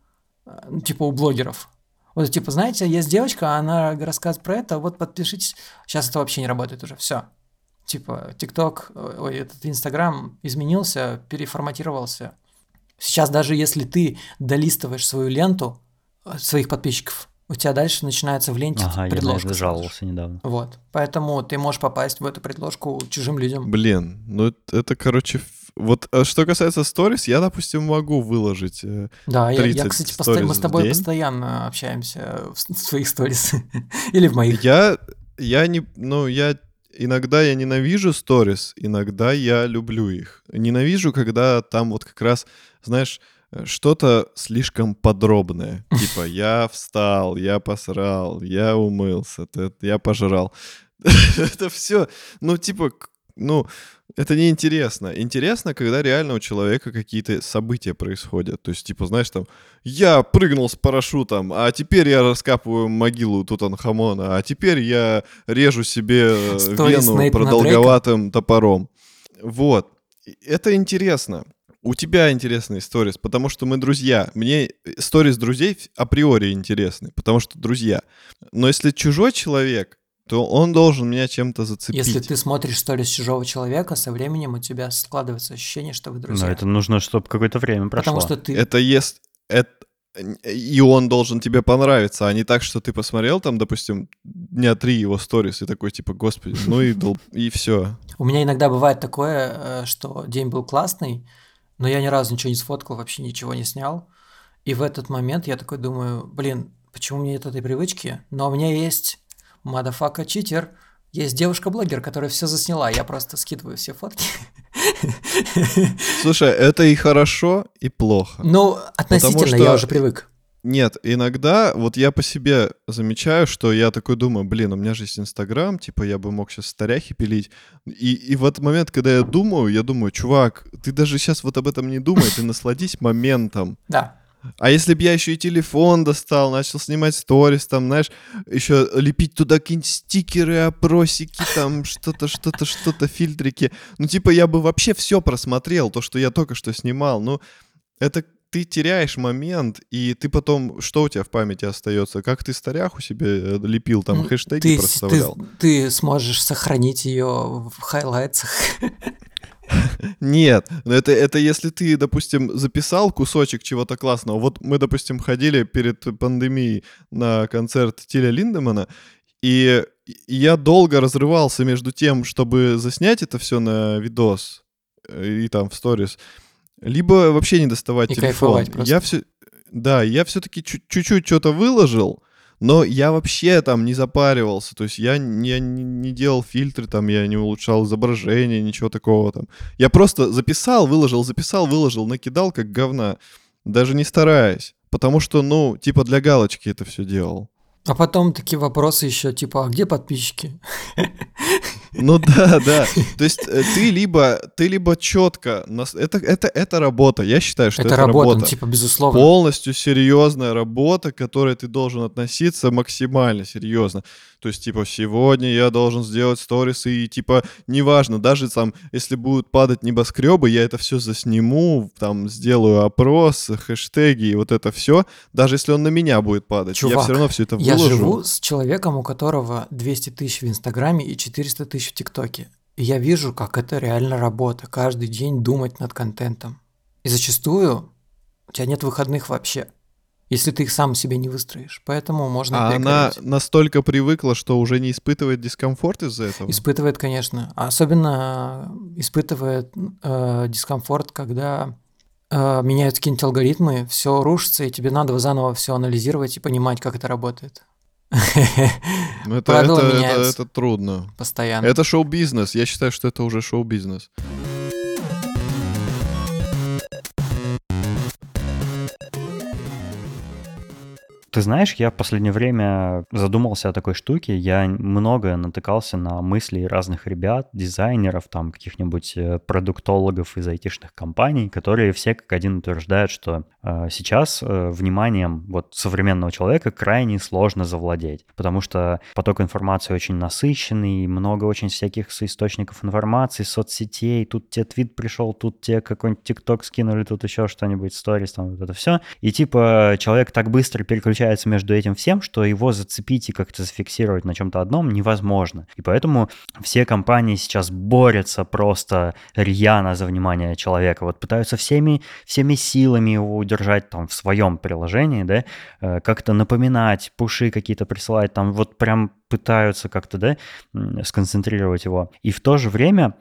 э, ну, типа у блогеров. Вот, типа, знаете, есть девочка, она рассказывает про это, вот подпишитесь. Сейчас это вообще не работает уже, все. Типа, ТикТок, ой, этот Инстаграм изменился, переформатировался. Сейчас даже если ты долистываешь свою ленту э, своих подписчиков, у тебя дальше начинается в ленте Ага, я на предложка это сразу же. жаловался недавно. Вот. Поэтому ты можешь попасть в эту предложку чужим людям. Блин, ну это, это, короче, ф- вот а что касается сторис, я, допустим, могу выложить э, Да, я, я, тридцать кстати, посто- мы сториз с в тобой день. постоянно общаемся в, с- в своих сторис. Или в моих. Я, я не, ну, я иногда я ненавижу сторис, иногда я люблю их. Ненавижу, когда там вот как раз, знаешь, э, что-то слишком подробное. Типа, я встал, я посрал, я умылся, т- я пожрал. Это все, ну, типа, к- ну, это неинтересно. Интересно, когда реально у человека какие-то события происходят. То есть, типа, знаешь, там, я прыгнул с парашютом, а теперь я раскапываю могилу Тутанхамона, а теперь я режу себе э, Сторис вену Нейтана продолговатым топором. Вот. И это интересно. У тебя интересные сторис, потому что мы друзья. Мне сторис друзей в- априори интересны, потому что друзья. Но если чужой человек, то он должен меня чем-то зацепить. Если ты смотришь сторис чужого человека, со временем у тебя складывается ощущение, что вы Но друзья. это нужно, чтобы какое-то время прошло. Потому что ты... Это есть... Это... И он должен тебе понравиться, а не так, что ты посмотрел там, допустим, дня три его сторис и такой, типа, господи, ну и, дол... и все. У меня иногда бывает такое, э, что день был классный, но я ни разу ничего не сфоткал, вообще ничего не снял. И в этот момент я такой думаю, блин, почему у меня нет этой привычки? Но у меня есть motherfucker читер, есть девушка-блогер, которая все засняла. Я просто скидываю все фотки. Слушай, это и хорошо, и плохо. Ну, относительно, что- я уже привык. Нет, иногда вот я по себе замечаю, что я такой думаю, блин, у меня же есть Инстаграм, типа я бы мог сейчас старяхи пилить. И, и в этот момент, когда я думаю, я думаю, чувак, ты даже сейчас вот об этом не думай, ты насладись моментом. Да. А если бы я еще и телефон достал, начал снимать сторис, там, знаешь, еще лепить туда какие-нибудь стикеры, опросики, там, что-то, что-то, что-то, фильтрики. Ну, типа, я бы вообще все просмотрел, то, что я только что снимал. Ну, это ты теряешь момент, и ты потом, что у тебя в памяти остается? Как ты старяху себе э, лепил, там, М, хэштеги ты, проставлял? ты, ты сможешь сохранить ее в хайлайтсах. Нет, но это, это если ты, допустим, записал кусочек чего-то классного. Вот мы, допустим, ходили перед пандемией на концерт Тиля Линдемана, и, и я долго разрывался между тем, чтобы заснять это все на видос э, и там в сторис, либо вообще не доставать И телефон. кайфовать просто. Я все, да, я все-таки чуть-чуть что-то выложил, но я вообще там не запаривался, то есть я, не- я не не делал фильтры, там, я не улучшал изображение, ничего такого там. Я просто записал, выложил, записал, выложил, накидал как говна, даже не стараясь, потому что, ну, типа для галочки это все делал. А потом такие вопросы еще, типа, а где подписчики? Ну да, да. То есть э, ты либо, ты либо четко... Нас... Это, это, это работа. Я считаю, что это, Это работа, работа. ну, типа, безусловно. Полностью серьезная работа, к которой ты должен относиться максимально серьезно. То есть, типа, сегодня я должен сделать сторисы, и, типа, неважно, даже там, если будут падать небоскребы, я это все засниму, там, сделаю опрос, хэштеги и вот это все, даже если он на меня будет падать, я Чувак, все равно все это Я выложу. живу с человеком, у которого двести тысяч в Инстаграме и четыреста тысяч в ТикТоке. И я вижу, как это реально работа. Каждый день думать над контентом. И зачастую у тебя нет выходных вообще, если ты их сам себе не выстроишь. Поэтому можно А она перегореть. настолько привыкла, что уже не испытывает дискомфорт из-за этого? Испытывает, конечно. А особенно испытывает э, дискомфорт, когда э, меняются какие-нибудь алгоритмы, все рушится, и тебе надо заново все анализировать и понимать, как это работает. Ну, это, Правила это, это, меняются это трудно. постоянно. Это шоу-бизнес. Я считаю, что это уже шоу-бизнес. Ты знаешь, я в последнее время задумался о такой штуке. Я много натыкался на мысли разных ребят, дизайнеров, там каких-нибудь э, продуктологов из айтишных компаний, которые все как один утверждают, что э, сейчас э, вниманием вот современного человека крайне сложно завладеть, потому что поток информации очень насыщенный, много очень всяких источников информации, соцсетей, тут тебе твит пришел, тут тебе какой-нибудь тикток скинули, тут еще что-нибудь, сторис, там вот это все. И типа человек так быстро переключается между этим всем, что его зацепить и как-то зафиксировать на чем-то одном невозможно. И поэтому все компании сейчас борются просто рьяно за внимание человека. Вот пытаются всеми, всеми силами его удержать там в своем приложении, да, как-то напоминать, пуши какие-то присылать, там вот прям пытаются как-то, да, сконцентрировать его. И в то же время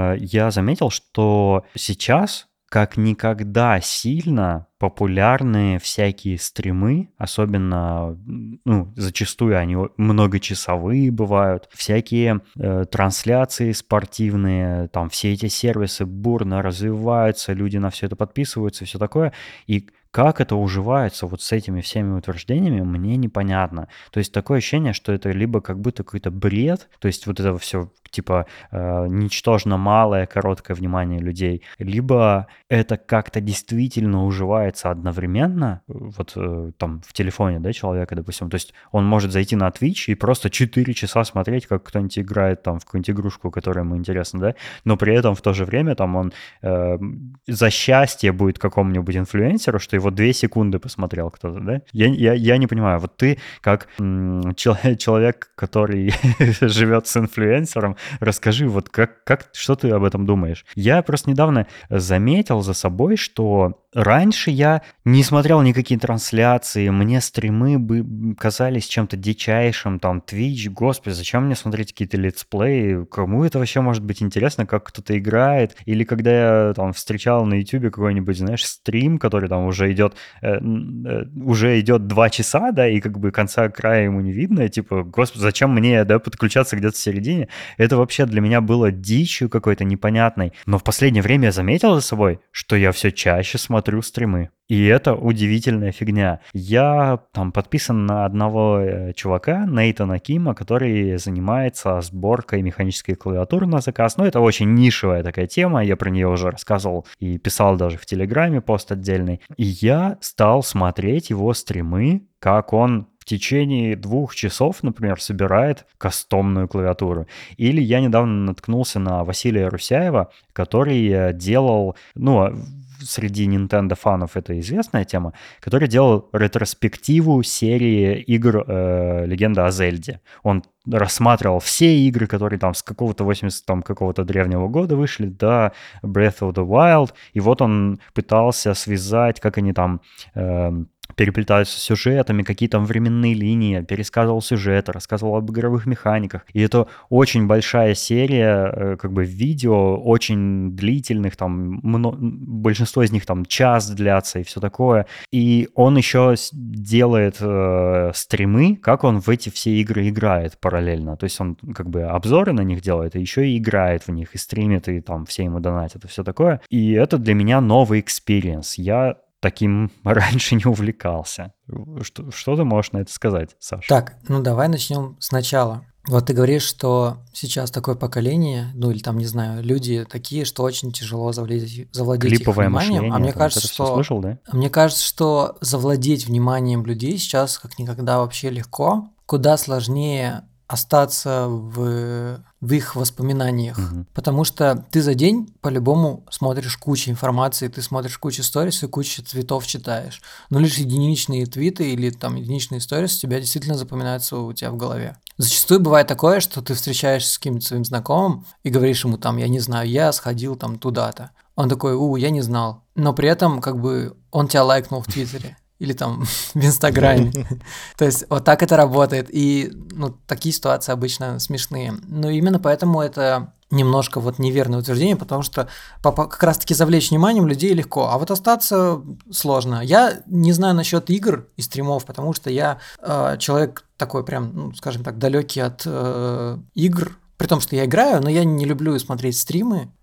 я заметил, что сейчас как никогда сильно популярны всякие стримы, особенно, ну, зачастую они многочасовые бывают, всякие э, трансляции спортивные, там все эти сервисы бурно развиваются, люди на все это подписываются, все такое, и как это уживается вот с этими всеми утверждениями, мне непонятно. То есть такое ощущение, что это либо как будто какой-то бред, то есть вот это все типа э, ничтожно малое, короткое внимание людей, либо это как-то действительно уживается одновременно, вот э, там в телефоне, да, человека, допустим. То есть он может зайти на Twitch и просто четыре часа смотреть, как кто-нибудь играет там в какую-нибудь игрушку, которая ему интересна, да, но при этом в то же время там он э, за счастье будет какому-нибудь инфлюенсеру, что его две секунды посмотрел кто-то, да? Я, я, я не понимаю, вот ты как м, человек, человек, который живет с инфлюенсером, расскажи, вот как, как, что ты об этом думаешь? Я просто недавно заметил за собой, что раньше я не смотрел никакие трансляции, мне стримы бы казались чем-то дичайшим, там, Twitch, господи, зачем мне смотреть какие-то летсплеи, кому это вообще может быть интересно, как кто-то играет, или когда я там встречал на YouTube какой-нибудь, знаешь, стрим, который там уже идет, э, э, уже идет два часа, да, и как бы конца края ему не видно, типа, господи, зачем мне, да, подключаться где-то в середине, это вообще для меня было дичью какой-то непонятной, но в последнее время я заметил за собой, что я все чаще смотрю стримы. И это удивительная фигня. Я там подписан на одного э, чувака, Нейтана Кима, который занимается сборкой механической клавиатуры на заказ. Ну, это очень нишевая такая тема, я про нее уже рассказывал и писал даже в Телеграме пост отдельный. И я стал смотреть его стримы, как он в течение двух часов, например, собирает кастомную клавиатуру. Или я недавно наткнулся на Василия Русяева, который делал, ну, среди Nintendo фанов это известная тема, который делал ретроспективу серии игр э, «Легенда о Зельде». Он рассматривал все игры, которые там с какого-то восьмидесятого там, какого-то древнего года вышли до Breath of the Wild, и вот он пытался связать, как они там... Э, переплетаются с сюжетами, какие там временные линии, пересказывал сюжеты, рассказывал об игровых механиках. И это очень большая серия как бы видео, очень длительных, там много, большинство из них там час длятся и все такое. И он еще делает э, стримы, как он в эти все игры играет параллельно. То есть он как бы обзоры на них делает, и еще и играет в них, и стримит, и там все ему донатят, и все такое. И это для меня новый экспириенс. Я таким раньше не увлекался. Что, что ты можешь на это сказать, Саша? Так, ну давай начнем сначала. Вот ты говоришь, что сейчас такое поколение, ну или там, не знаю, люди такие, что очень тяжело завладеть, завладеть Клиповое их вниманием. мышление, А мне ты кажется, вот это всё что слышал, да? мне кажется, что завладеть вниманием людей сейчас как никогда вообще легко. Куда сложнее остаться в, в их воспоминаниях, Мгм. потому что ты за день по-любому смотришь кучу информации, ты смотришь кучу сторис и кучу твитов читаешь, но лишь единичные твиты или там единичные сторис у тебя действительно запоминаются у тебя в голове. Зачастую бывает такое, что ты встречаешься с каким-то своим знакомым и говоришь ему там, я не знаю, я сходил там туда-то. Он такой, у, я не знал, но при этом как бы он тебя лайкнул в Твиттере. Или там в Инстаграме. То есть вот так это работает. И ну, такие ситуации обычно смешные. Но именно поэтому это немножко вот неверное утверждение, потому что как раз-таки завлечь вниманием людей легко, а вот остаться сложно. Я не знаю насчет игр и стримов, потому что я э, человек такой прям, ну, скажем так, далекий от э, игр, при том, что я играю, но я не люблю смотреть стримы.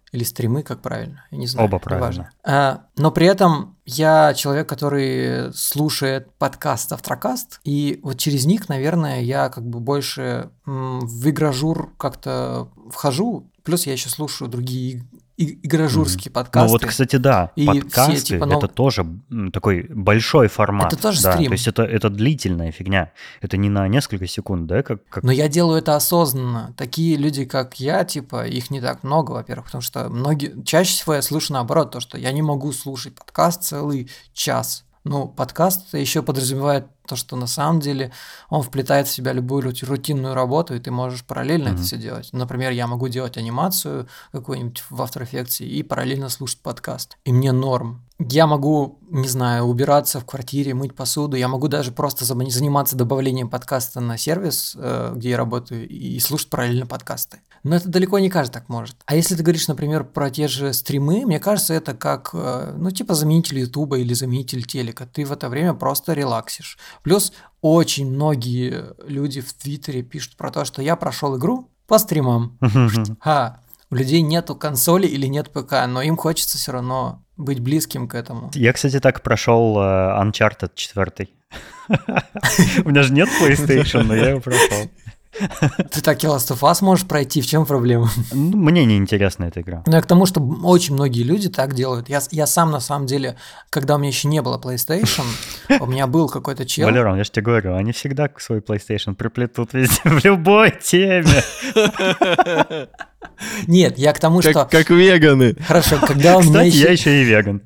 Или стримы, как правильно, я не знаю. Оба правильно. А, но при этом я человек, который слушает подкаст «Автрокаст», и вот через них, наверное, я как бы больше м, в игражур как-то вхожу, плюс я еще слушаю другие игражурские подкасты. Ну вот, кстати, да, и подкасты все, типа, это нов... тоже такой большой формат. Это тоже да, стрим. То есть это, это длительная фигня. Это не на несколько секунд, да? Как, как... Но я делаю это осознанно. Такие люди, как я, типа, их не так много, во-первых, потому что многие... Чаще всего я слышу наоборот, то, что я не могу слушать подкаст целый час. Ну, подкаст еще подразумевает то, что на самом деле он вплетает в себя любую рутинную работу, и ты можешь параллельно mm-hmm. это все делать. Например, я могу делать анимацию какую-нибудь в After Effects и параллельно слушать подкаст. И мне норм. Я могу, не знаю, убираться в квартире, мыть посуду, я могу даже просто заниматься добавлением подкаста на сервис, где я работаю, и слушать параллельно подкасты. Но это далеко не каждый так может. А если ты говоришь, например, про те же стримы, мне кажется, это как, ну, типа заменитель Ютуба или заменитель телека. Ты в это время просто релаксишь. Плюс очень многие люди в Твиттере пишут про то, что я прошел игру по стримам. А, у людей нету консоли или нет ПК, но им хочется все равно быть близким к этому. Я, кстати, так прошел uh, Uncharted четыре. У меня же нет PlayStation, но я его прошел. Ты так и Last of Us можешь пройти, в чем проблема? Ну, мне не интересна эта игра. Ну, я к тому, что очень многие люди так делают. Я, я сам, на самом деле, когда у меня еще не было PlayStation, у меня был какой-то чел... Валерон, я же тебе говорю, они всегда свой PlayStation приплетут везде, в любой теме. Нет, я к тому, как, что... Как веганы. Хорошо, когда у меня Кстати, еще... я еще и веган.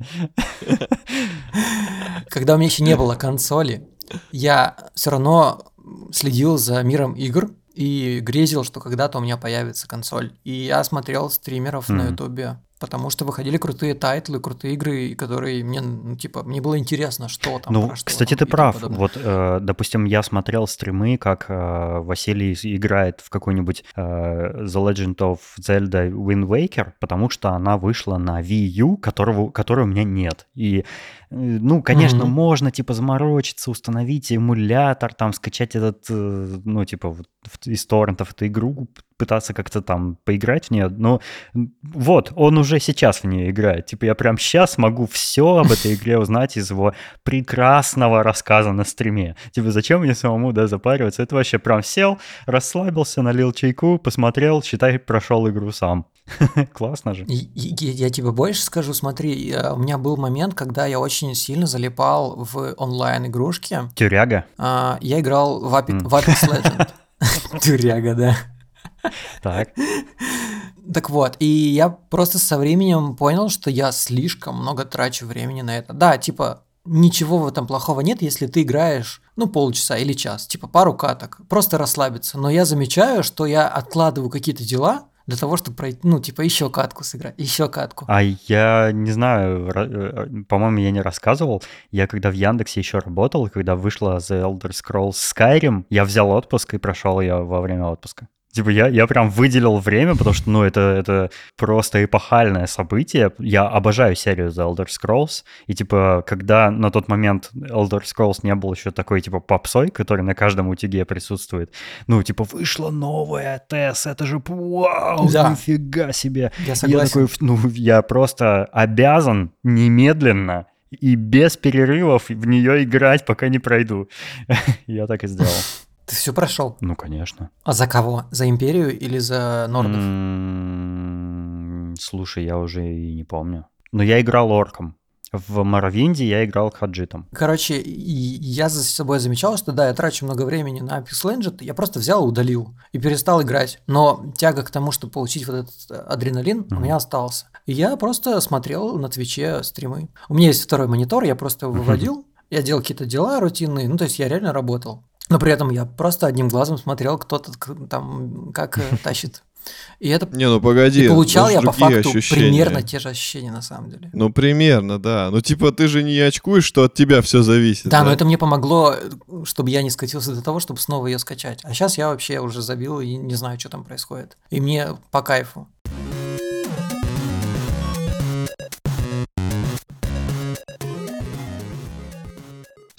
Когда у меня еще не было консоли, я все равно следил за миром игр и грезил, что когда-то у меня появится консоль. И я смотрел стримеров mm-hmm. на Ютубе, потому что выходили крутые тайтлы, крутые игры, которые мне, ну, типа, мне было интересно, что там. Ну, про что кстати, там, ты прав. Вот, э, допустим, я смотрел стримы, как э, Василий играет в какой-нибудь э, The Legend of Zelda Wind Waker, потому что она вышла на Wii U, которого, которой у меня нет. И, ну, конечно, mm-hmm. можно, типа, заморочиться, установить эмулятор, там, скачать этот, э, ну, типа, из торрентов эту игру, пытаться как-то там поиграть в нее, но вот, он уже сейчас в нее играет. Типа я прям сейчас могу все об этой игре узнать из его прекрасного рассказа на стриме. Типа зачем мне самому, да, запариваться? Это вообще прям сел, расслабился, налил чайку, посмотрел, считай, прошел игру сам. Классно же. Я, я тебе больше скажу, смотри, у меня был момент, когда я очень сильно залипал в онлайн-игрушки. Тюряга? А, я играл в Apex, mm. в Apex Legends. Тюряга, да. Так. Так вот, и я просто со временем понял, что я слишком много трачу времени на это. Да, типа, ничего в этом плохого нет, если ты играешь, ну, полчаса или час, типа пару каток, просто расслабиться. Но я замечаю, что я откладываю какие-то дела для того, чтобы пройти, ну, типа, еще катку сыграть, еще катку. А я не знаю, по-моему, я не рассказывал. Я когда в Яндексе еще работал, когда вышла The Elder Scrolls Skyrim, я взял отпуск и прошел ее во время отпуска. Типа я, я прям выделил время, потому что, ну, это, это просто эпохальное событие. Я обожаю серию The Elder Scrolls. И, типа, когда на тот момент Elder Scrolls не был еще такой, типа, попсой, который на каждом утюге присутствует, ну, типа, вышла новая ТЭС, это же вау, да. Нифига себе. Я согласен. Я такой, ну, я просто обязан немедленно и без перерывов в нее играть, пока не пройду. Я так и сделал. Ты все прошел? Ну, конечно. А за кого? За Империю или за Нордов? Mm-hmm. Слушай, я уже и не помню. Но я играл орком. В Моровинде я играл хаджитом. Короче, я за собой замечал, что да, я трачу много времени на Apex Legends, я просто взял и удалил, и перестал играть. Но тяга к тому, чтобы получить вот этот адреналин, mm-hmm. у меня остался. И я просто смотрел на Твиче стримы. У меня есть второй монитор, я просто выводил, mm-hmm. я делал какие-то дела рутинные, ну то есть я реально работал. Но при этом я просто одним глазом смотрел, кто-то там как тащит. И это не, ну погоди, и получал я по факту ощущения. Примерно те же ощущения на самом деле. Ну примерно, да. Ну типа ты же не очкуешь, что от тебя все зависит. Да, да, но это мне помогло, чтобы я не скатился до того, чтобы снова ее скачать. А сейчас я вообще уже забил и не знаю, что там происходит. И мне по кайфу.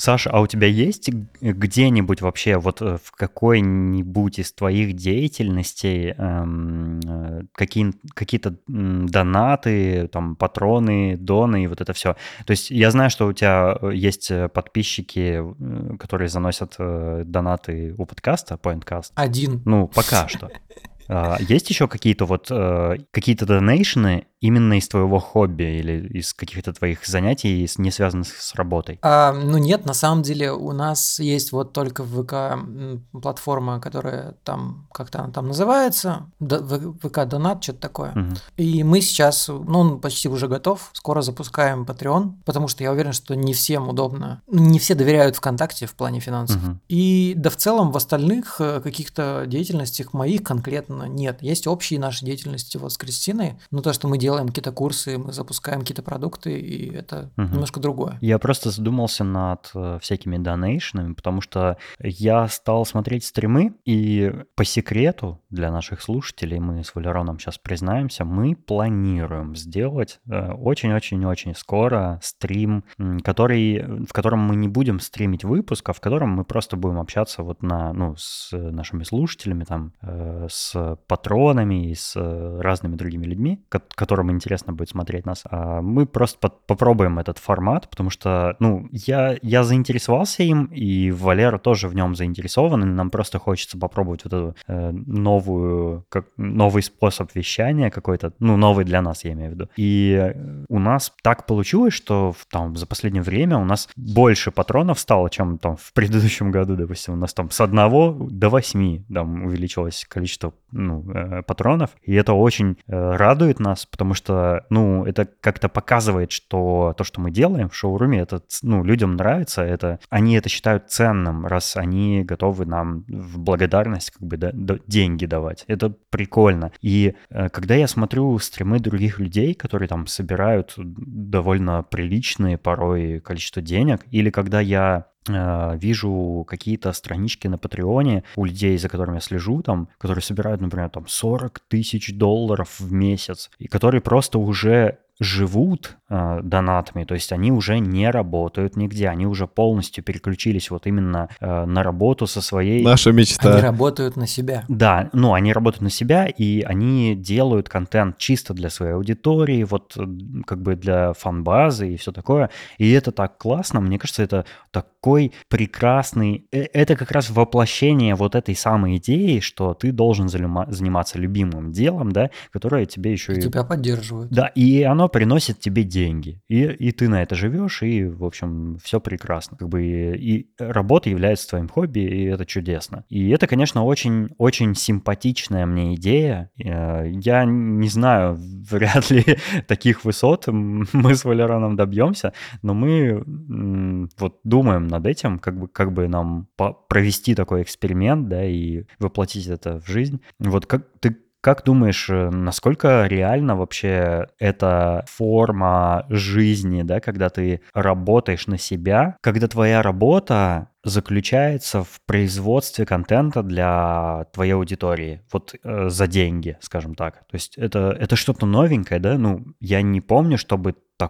Саша, а у тебя есть где-нибудь вообще вот в какой-нибудь из твоих деятельностей эм, э, какие, какие-то м, донаты, там, патроны, доны и вот это все? То есть я знаю, что у тебя есть подписчики, э, которые заносят э, донаты у подкаста, PointCast. Один. Ну, пока что. А, есть еще какие-то вот э, какие-то донейшны именно из твоего хобби или из каких-то твоих занятий, не связанных с работой? А, ну нет, на самом деле у нас есть вот только в ВК м, платформа, которая там, как-то она там называется, Д- В- ВК Донат, что-то такое. Мгм. И мы сейчас, ну он почти уже готов, скоро запускаем Patreon, потому что я уверен, что не всем удобно, не все доверяют ВКонтакте в плане финансов. Мгм. И да в целом в остальных э, каких-то деятельностях моих конкретно нет. Есть общие наши деятельности вот с Кристиной, но то, что мы делаем какие-то курсы, мы запускаем какие-то продукты, и это Мгм. немножко другое. Я просто задумался над э, всякими донейшнами, потому что я стал смотреть стримы, и по секрету для наших слушателей, мы с Валероном сейчас признаемся, мы планируем сделать э, очень-очень-очень скоро стрим, м, который, в котором мы не будем стримить выпуск, а в котором мы просто будем общаться вот на, ну, с нашими слушателями, там, э, с патронами и с э, разными другими людьми, ко- которым интересно будет смотреть нас. А мы просто под- попробуем этот формат, потому что, ну, я, я заинтересовался им, и Валера тоже в нем заинтересован, и нам просто хочется попробовать вот эту э, новую, как, новый способ вещания какой-то, ну, новый для нас, я имею в виду. И э, у нас так получилось, что в- там за последнее время у нас больше патронов стало, чем там в предыдущем году, допустим, у нас там с одного до восьми там увеличилось количество, ну, э, патронов, и это очень э, радует нас, потому что, ну, это как-то показывает, что то, что мы делаем в шоуруме, это, ну, людям нравится, это, они это считают ценным, раз они готовы нам в благодарность как бы да, да, деньги давать. Это прикольно. И э, когда я смотрю стримы других людей, которые там собирают довольно приличные порой количество денег, или когда я э, вижу какие-то странички на Патреоне у людей, за которыми я слежу, там, которые собирают, например, там сорок тысяч долларов в месяц, и которые просто уже живут э, донатами, то есть они уже не работают нигде, они уже полностью переключились вот именно э, на работу со своей... Наша мечта. Они работают на себя. Да, ну, они работают на себя, и они делают контент чисто для своей аудитории, вот э, как бы для фан-базы и все такое. И это так классно, мне кажется, это такой прекрасный... э, Это как раз воплощение вот этой самой идеи, что ты должен залима- заниматься любимым делом, да, которое тебе еще И и... тебя поддерживают. Да, и оно приносит тебе деньги. И, и ты на это живешь, и, в общем, все прекрасно. Как бы и, и работа является твоим хобби, и это чудесно. И это, конечно, очень, очень симпатичная мне идея. Э, Я не знаю, вряд ли таких высот мы с Валероном добьемся, но мы м, вот думаем над этим, как бы, как бы нам по- провести такой эксперимент, да, и воплотить это в жизнь. Вот как ты Как думаешь, э, насколько реально вообще эта форма жизни, да, когда ты работаешь на себя, когда твоя работа заключается в производстве контента для твоей аудитории, вот э, за деньги, скажем так. То есть это, это что-то новенькое, да? Ну, я не помню, чтобы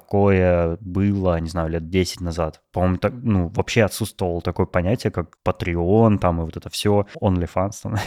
такое было, не знаю, лет десять назад. По-моему, так, ну, вообще отсутствовало такое понятие, как Patreon, там, и вот это все, OnlyFans там,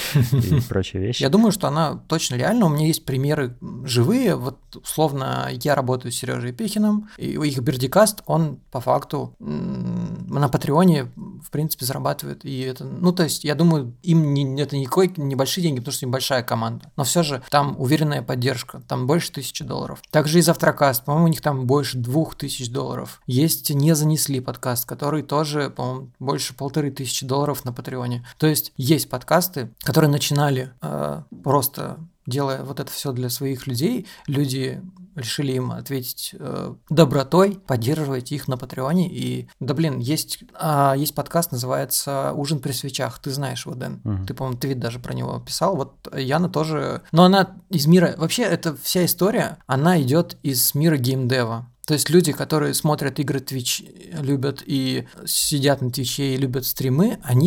и прочие вещи. Я думаю, что она точно реальна. У меня есть примеры живые. Вот, условно, я работаю с Сережей Пихиным, и их Бердикаст, он по факту м, на Патреоне, в принципе, зарабатывает. И это, ну, то есть, я думаю, им не, это никакой небольшие деньги, потому что небольшая команда. Но все же там уверенная поддержка, там больше тысячи долларов. Также и Завтракаст, по-моему, у них там больше двух тысяч долларов. Есть «Не занесли» подкаст, который тоже, по-моему, больше полторы тысячи долларов на Патреоне. То есть, есть подкасты, которые начинали э, просто делая вот это все для своих людей, люди решили им ответить э, добротой, поддерживать их на Патреоне. И, да блин, есть, а, есть подкаст, называется «Ужин при свечах». Ты знаешь его, Дэн. Мгм. Ты, по-моему, твит даже про него писал. Вот Яна тоже... Но она из мира... Вообще, эта вся история, она идет из мира геймдева. То есть люди, которые смотрят игры Twitch, любят и сидят на Твиче и любят стримы, они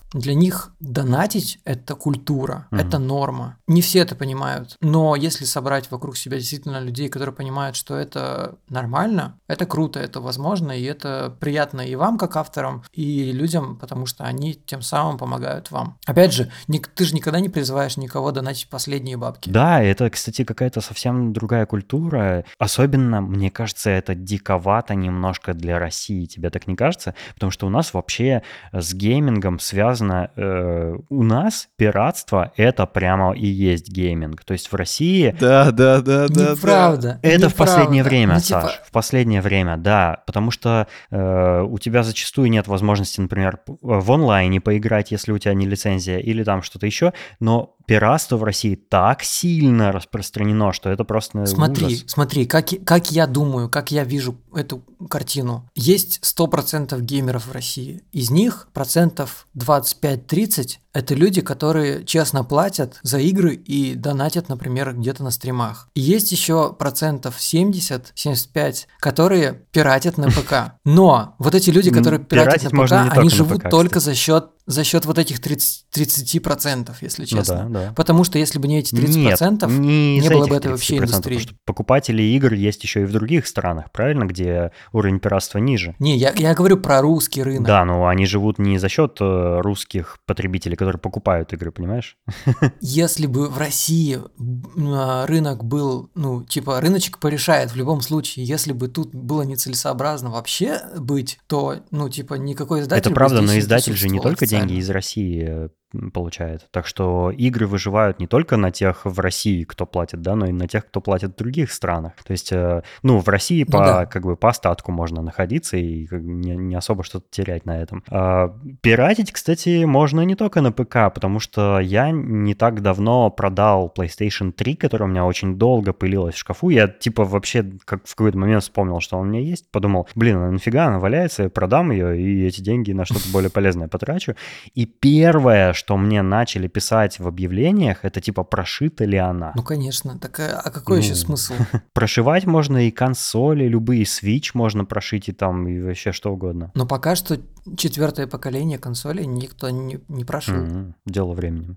Для них донатить – это культура, Мгм. это норма. Не все это понимают, но если собрать вокруг себя действительно людей, которые понимают, что это нормально, это круто, это возможно, и это приятно и вам, как авторам, и людям, потому что они тем самым помогают вам. Опять же, ник- ты же никогда не призываешь никого донатить последние бабки. Да, это, кстати, какая-то совсем другая культура. Особенно, мне кажется, это диковато немножко для России. Тебе так не кажется? Потому что у нас вообще с геймингом связано... э, у нас пиратство — это прямо и есть гейминг. То есть в России... Да, да, да, да, Неправда. Это в последнее неправда. время, Ну, типа, Саш, в последнее время, да, потому что э, у тебя зачастую нет возможности, например, п- в онлайне поиграть, если у тебя не лицензия, или там что-то еще, но пиратство в России так сильно распространено, что это просто Смотри, ужас. смотри, как, и- как я думаю, как я вижу эту картину. Есть сто процентов геймеров в России. Из них процентов двадцать пять тридцать это люди, которые честно платят за игры и донатят, например, где-то на стримах. И есть еще процентов семьдесят семьдесят пять, которые пиратят на ПК. Но вот эти люди, М, которые пиратят пиратить на можно не ПК, они только на живут ПК, только кстати. за счет за счет вот этих тридцать, тридцать процентов, если Ну честно. да, да. Потому что если бы не эти тридцать Нет, процентов, не не из было этих бы этой вообще тридцати процентов, потому индустрии. что покупатели игр есть еще и в других странах, правильно, где уровень пиратства ниже. Не, я, я говорю про русский рынок. Да, но они живут не за счет э, русских потребителей, которые покупают игры, понимаешь? Если бы в России м, а, рынок был, ну, типа, рыночек порешает в любом случае, если бы тут было нецелесообразно вообще быть, то, ну, типа, никакой издатель Это бы правда, здесь но не издатель же не присутствовал только деньги официально. из России э, м, получает. Так что игры выживают не только на тех в России, кто платит, да, но и на тех, кто платит в других странах. То есть, э, ну, в России Ну по, да. как бы, по остатку можно находиться и как бы не, не особо что-то терять на этом. А, пиратить, кстати, можно не только на ПК, потому что я не так давно продал PlayStation три, которая у меня очень долго пылилась в шкафу. Я, типа, вообще как в какой-то момент вспомнил, что он у меня есть. Подумал, блин, а нафига она валяется, я продам ее и эти деньги на что-то более полезное потрачу. И первое, что мне начали писать в объявлениях, это типа, прошита ли она. Ну, конечно. Так а а какой еще Ну, смысл? прошивать можно и консоли, любые, Switch можно прошить и там, и вообще что угодно. Но пока что четвертое поколение консолей никто не, не прошил. М, Дело времени.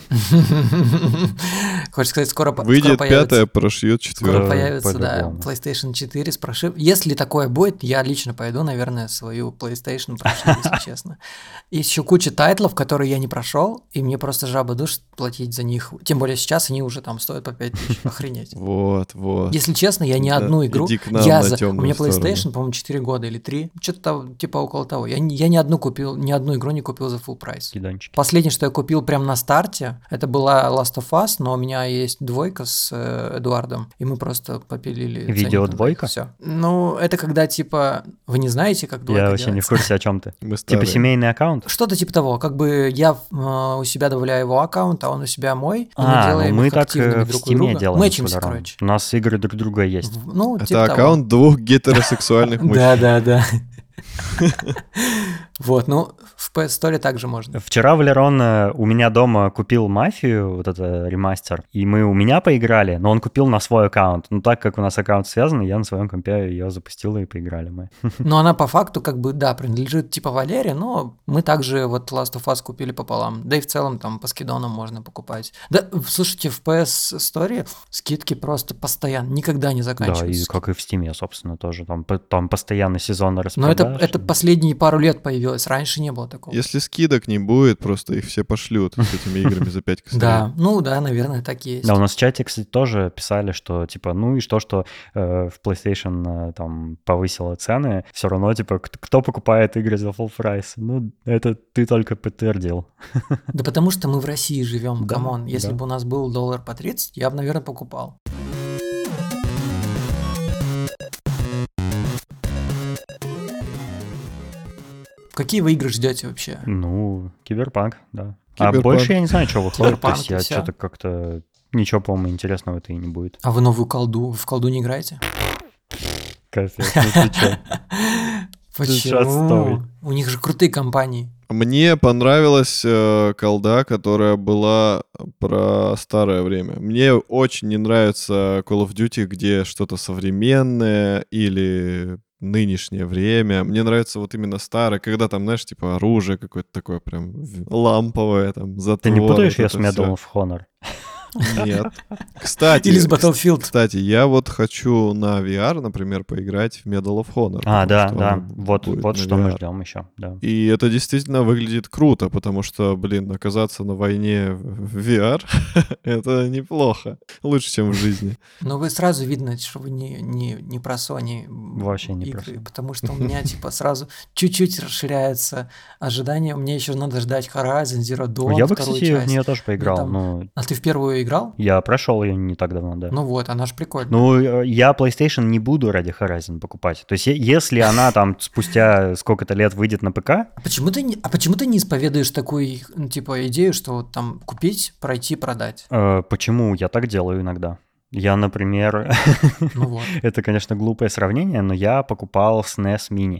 Хочешь сказать, скоро, по- скоро Выйдет появится. пятая, прошьет Скоро четвертая. Да, появится, да, по-любому. PlayStation четыре с прошив. Если такое будет, я лично пойду, наверное, свою PlayStation прошить, если честно. Есть еще куча тайтлов, которые я не прошел, и мне просто жаба душ платить за них. Тем более сейчас они уже там стоят по пять тысяч. Охренеть. Вот, вот. Если честно, я ни Да, одну игру... иди к нам я на за... У тёмную меня сторону. PlayStation, по-моему, четыре года или три. Что-то там, типа около того. Я, ни- я ни одну купил, ни одну игру не купил за full прайс. Киданчики. Последнее, что я купил прямо на старте, это была Last of Us, но у меня есть двойка с э, Эдуардом, и мы просто попилили. Видео-двойка? Все. Ну, это когда, типа, вы не знаете, как двойка Я вообще не в делается? курсе, о чем ты. Мы Типа старые. семейный аккаунт? Что-то типа того, как бы я э, у себя добавляю его аккаунт, а он у себя мой, и мы А, ну делаем мы их так активными э, в друг у стиме друга. делаем с Мэчимся, Валером. короче. У нас игры друг друга есть. В- Ну, Это типа того. аккаунт двух гетеросексуальных мужчин. Да, да, да. Вот, ну, в пи эс Store также можно. Вчера Валерон э, у меня дома купил «Мафию», вот это ремастер, и мы у меня поиграли, но он купил на свой аккаунт. Ну, так как у нас аккаунт связан, я на своем компе ее запустил и поиграли мы. Но она по факту, как бы, да, принадлежит типа Валере, но мы также вот Last of Us купили пополам. Да и в целом там по скидонам можно покупать. Да, слушайте, в пи эс Store скидки просто постоянно, никогда не Да, заканчиваются. и как и в стиме, собственно, тоже. Там, по- там постоянно сезон Но распродаж. это, это последние пару лет появилось, раньше не было такого. Если скидок не будет, просто их все пошлют с этими играми за пять косарей. Да, ну да, наверное, так и есть. Да, у нас в чате, кстати, тоже писали, что типа, ну и что, что э, в PlayStation э, там повысила цены, все равно, типа, кто, кто покупает игры за full прайс? Ну, это ты только подтвердил. Да потому что мы в России живем, Да, камон. Если да. бы у нас был доллар по тридцать, я бы, наверное, покупал. Какие вы игры ждете вообще? Ну, Киберпанк, да. А Киберпанк. больше я не знаю, что выходит. То Киберпанк есть и я всё. что-то как-то... Ничего, по-моему, интересного-то и не будет. А вы новую колду? Вы в колду не играете? Капец, ну ты чё? Почему? отстой. У них же крутые компании. Мне понравилась э, колда, которая была про старое время. Мне очень не нравится Call of Duty, где что-то современное или нынешнее время. Мне нравится вот именно старое, когда там, знаешь, типа оружие какое-то такое прям ламповое, там, затвор. Ты не путаешь вот ее с это Medal всё. of Honor? Нет. Кстати, Или с кс- Battlefield. кстати, я вот хочу на ви ар, например, поиграть в Medal of Honor. А, потому да, что да. оно б- Вот, будет вот на что мы ви ар. ждем еще, да. И это действительно выглядит круто, потому что, блин, оказаться на войне в в ви ар — это неплохо. Лучше, чем в жизни. Но вы сразу видно, что вы не, не, не про Sony Вообще не про игры, Sony. потому что у меня типа сразу чуть-чуть расширяется ожидание. Мне еще надо ждать Horizon Zero Dawn, Я бы, вторую кстати, в часть. нее тоже Мне поиграл, там- но А ты в первую играл? я прошел ее не так давно, да. Ну вот, она же прикольная. Ну, э, я PlayStation не буду ради Horizon покупать. То есть, е- если она там спустя сколько-то лет выйдет на ПК, А почему ты не, а почему ты не исповедуешь такую, ну, типа, идею, что вот там купить, пройти, продать? э, почему я так делаю иногда? Я, например, Ну вот. это, конечно, глупое сравнение, но я покупал эс эн и эс Mini.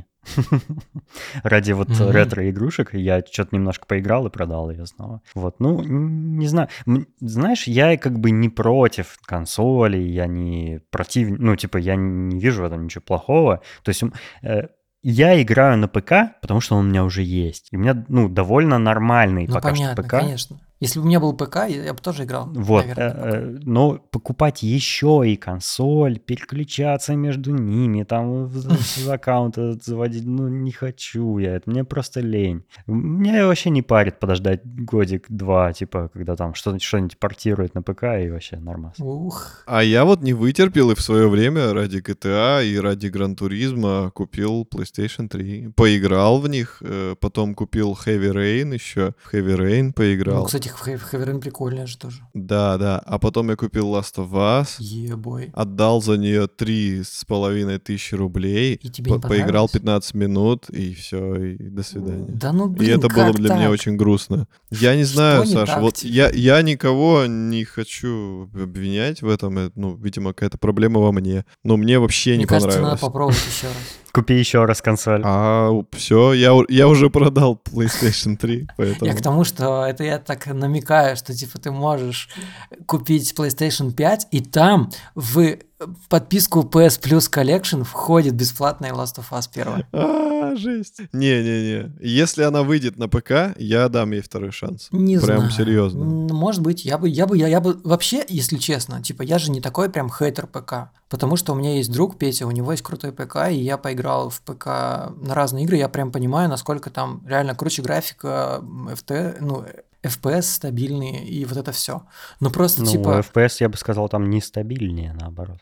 Ради вот Мгм. ретро-игрушек я что-то немножко поиграл и продал ее снова. Вот, ну, н- не знаю. М, Знаешь, я как бы не против консолей, я не против... Ну, типа, я не вижу в этом ничего плохого. То есть м, э, я играю на ПК, потому что он у меня уже есть. И у меня, ну, довольно нормальный Ну пока что понятно, ПК. конечно. Если бы у меня был ПК, я, я бы тоже играл, Вот, наверное, на ПК. э, э, но покупать еще и консоль, переключаться между ними, там в- с аккаунта заводить, ну не хочу я, это мне просто лень. Меня вообще не парит подождать годик-два, типа, когда там что- что-нибудь портирует на ПК и вообще нормас. Ух. А я вот не вытерпел и в свое время ради джи ти эй и ради Гран Туризма купил PlayStation три. Поиграл в них, э, потом купил Heavy Rain еще. В Heavy Rain поиграл. Ну, кстати, Heavy прикольная же тоже. Да, да. А потом я купил Last of Us. Ебой. Отдал за нее три с половиной тысячи рублей. И тебе не по- Поиграл понравилось? пятнадцать минут, и все, и до свидания. Да ну, И блин, это было как для меня так? очень грустно. Я не Что знаю, не Саша, так вот тебе? я, я никого не хочу обвинять в этом. Это, ну, видимо, какая-то проблема во мне. Но мне вообще Мне не кажется, надо понравилось. попробовать еще раз. Купи еще раз консоль. А все, я, у- я уже продал PlayStation три, поэтому... Я к тому, что это я так намекаю, что типа ты можешь купить PlayStation пять, и там в подписку пи эс Plus Collection входит бесплатная Last of Us один. А, жесть. Не-не-не. Если она выйдет на ПК, я дам ей второй шанс. Не Прям знаю. серьезно. М, Может быть, я бы, я бы, я, я бы вообще, если честно, типа я же не такой прям хейтер ПК, потому что у меня есть друг Петя, у него есть крутой ПК, и я поиграл в ПК на разные игры, я прям понимаю, насколько там реально круче графика, м, эф ти, ну, эф пи эс стабильные и вот это все. Ну просто Ну, типа, эф пи эс, я бы сказал, там нестабильнее, наоборот.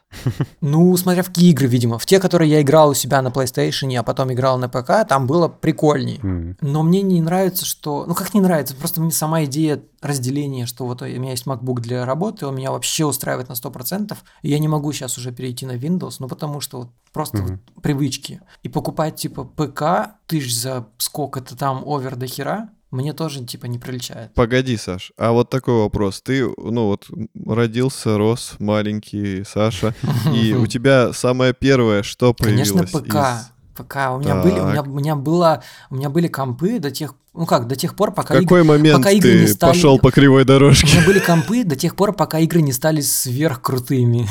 ну смотря в какие игры, видимо, в те, которые я играл у себя на PlayStation, а потом играл на ПК, там было прикольней. М. Но мне не нравится, что... Ну, как не нравится, просто мне сама идея разделения, что вот у меня есть MacBook для работы, он меня вообще устраивает на сто процентов, и я не могу сейчас уже перейти на Windows, ну, потому что вот просто Мгм. вот привычки. И покупать, типа, ПК тысяч за сколько-то там овер до хера, мне тоже, типа, не приличает. Погоди, Саш, а вот такой вопрос. Ты, ну вот, родился, рос, маленький Саша, и у тебя самое первое, что Конечно, появилось ПК. из- ПК. У меня, были, у, меня, Так. у, меня было, у меня были компы до тех... Ну как, до тех пор, В пока... игры- какой момент пока игры не ты стали- пошел по кривой У дорожке? меня были компы до тех пор, пока игры не стали сверхкрутыми.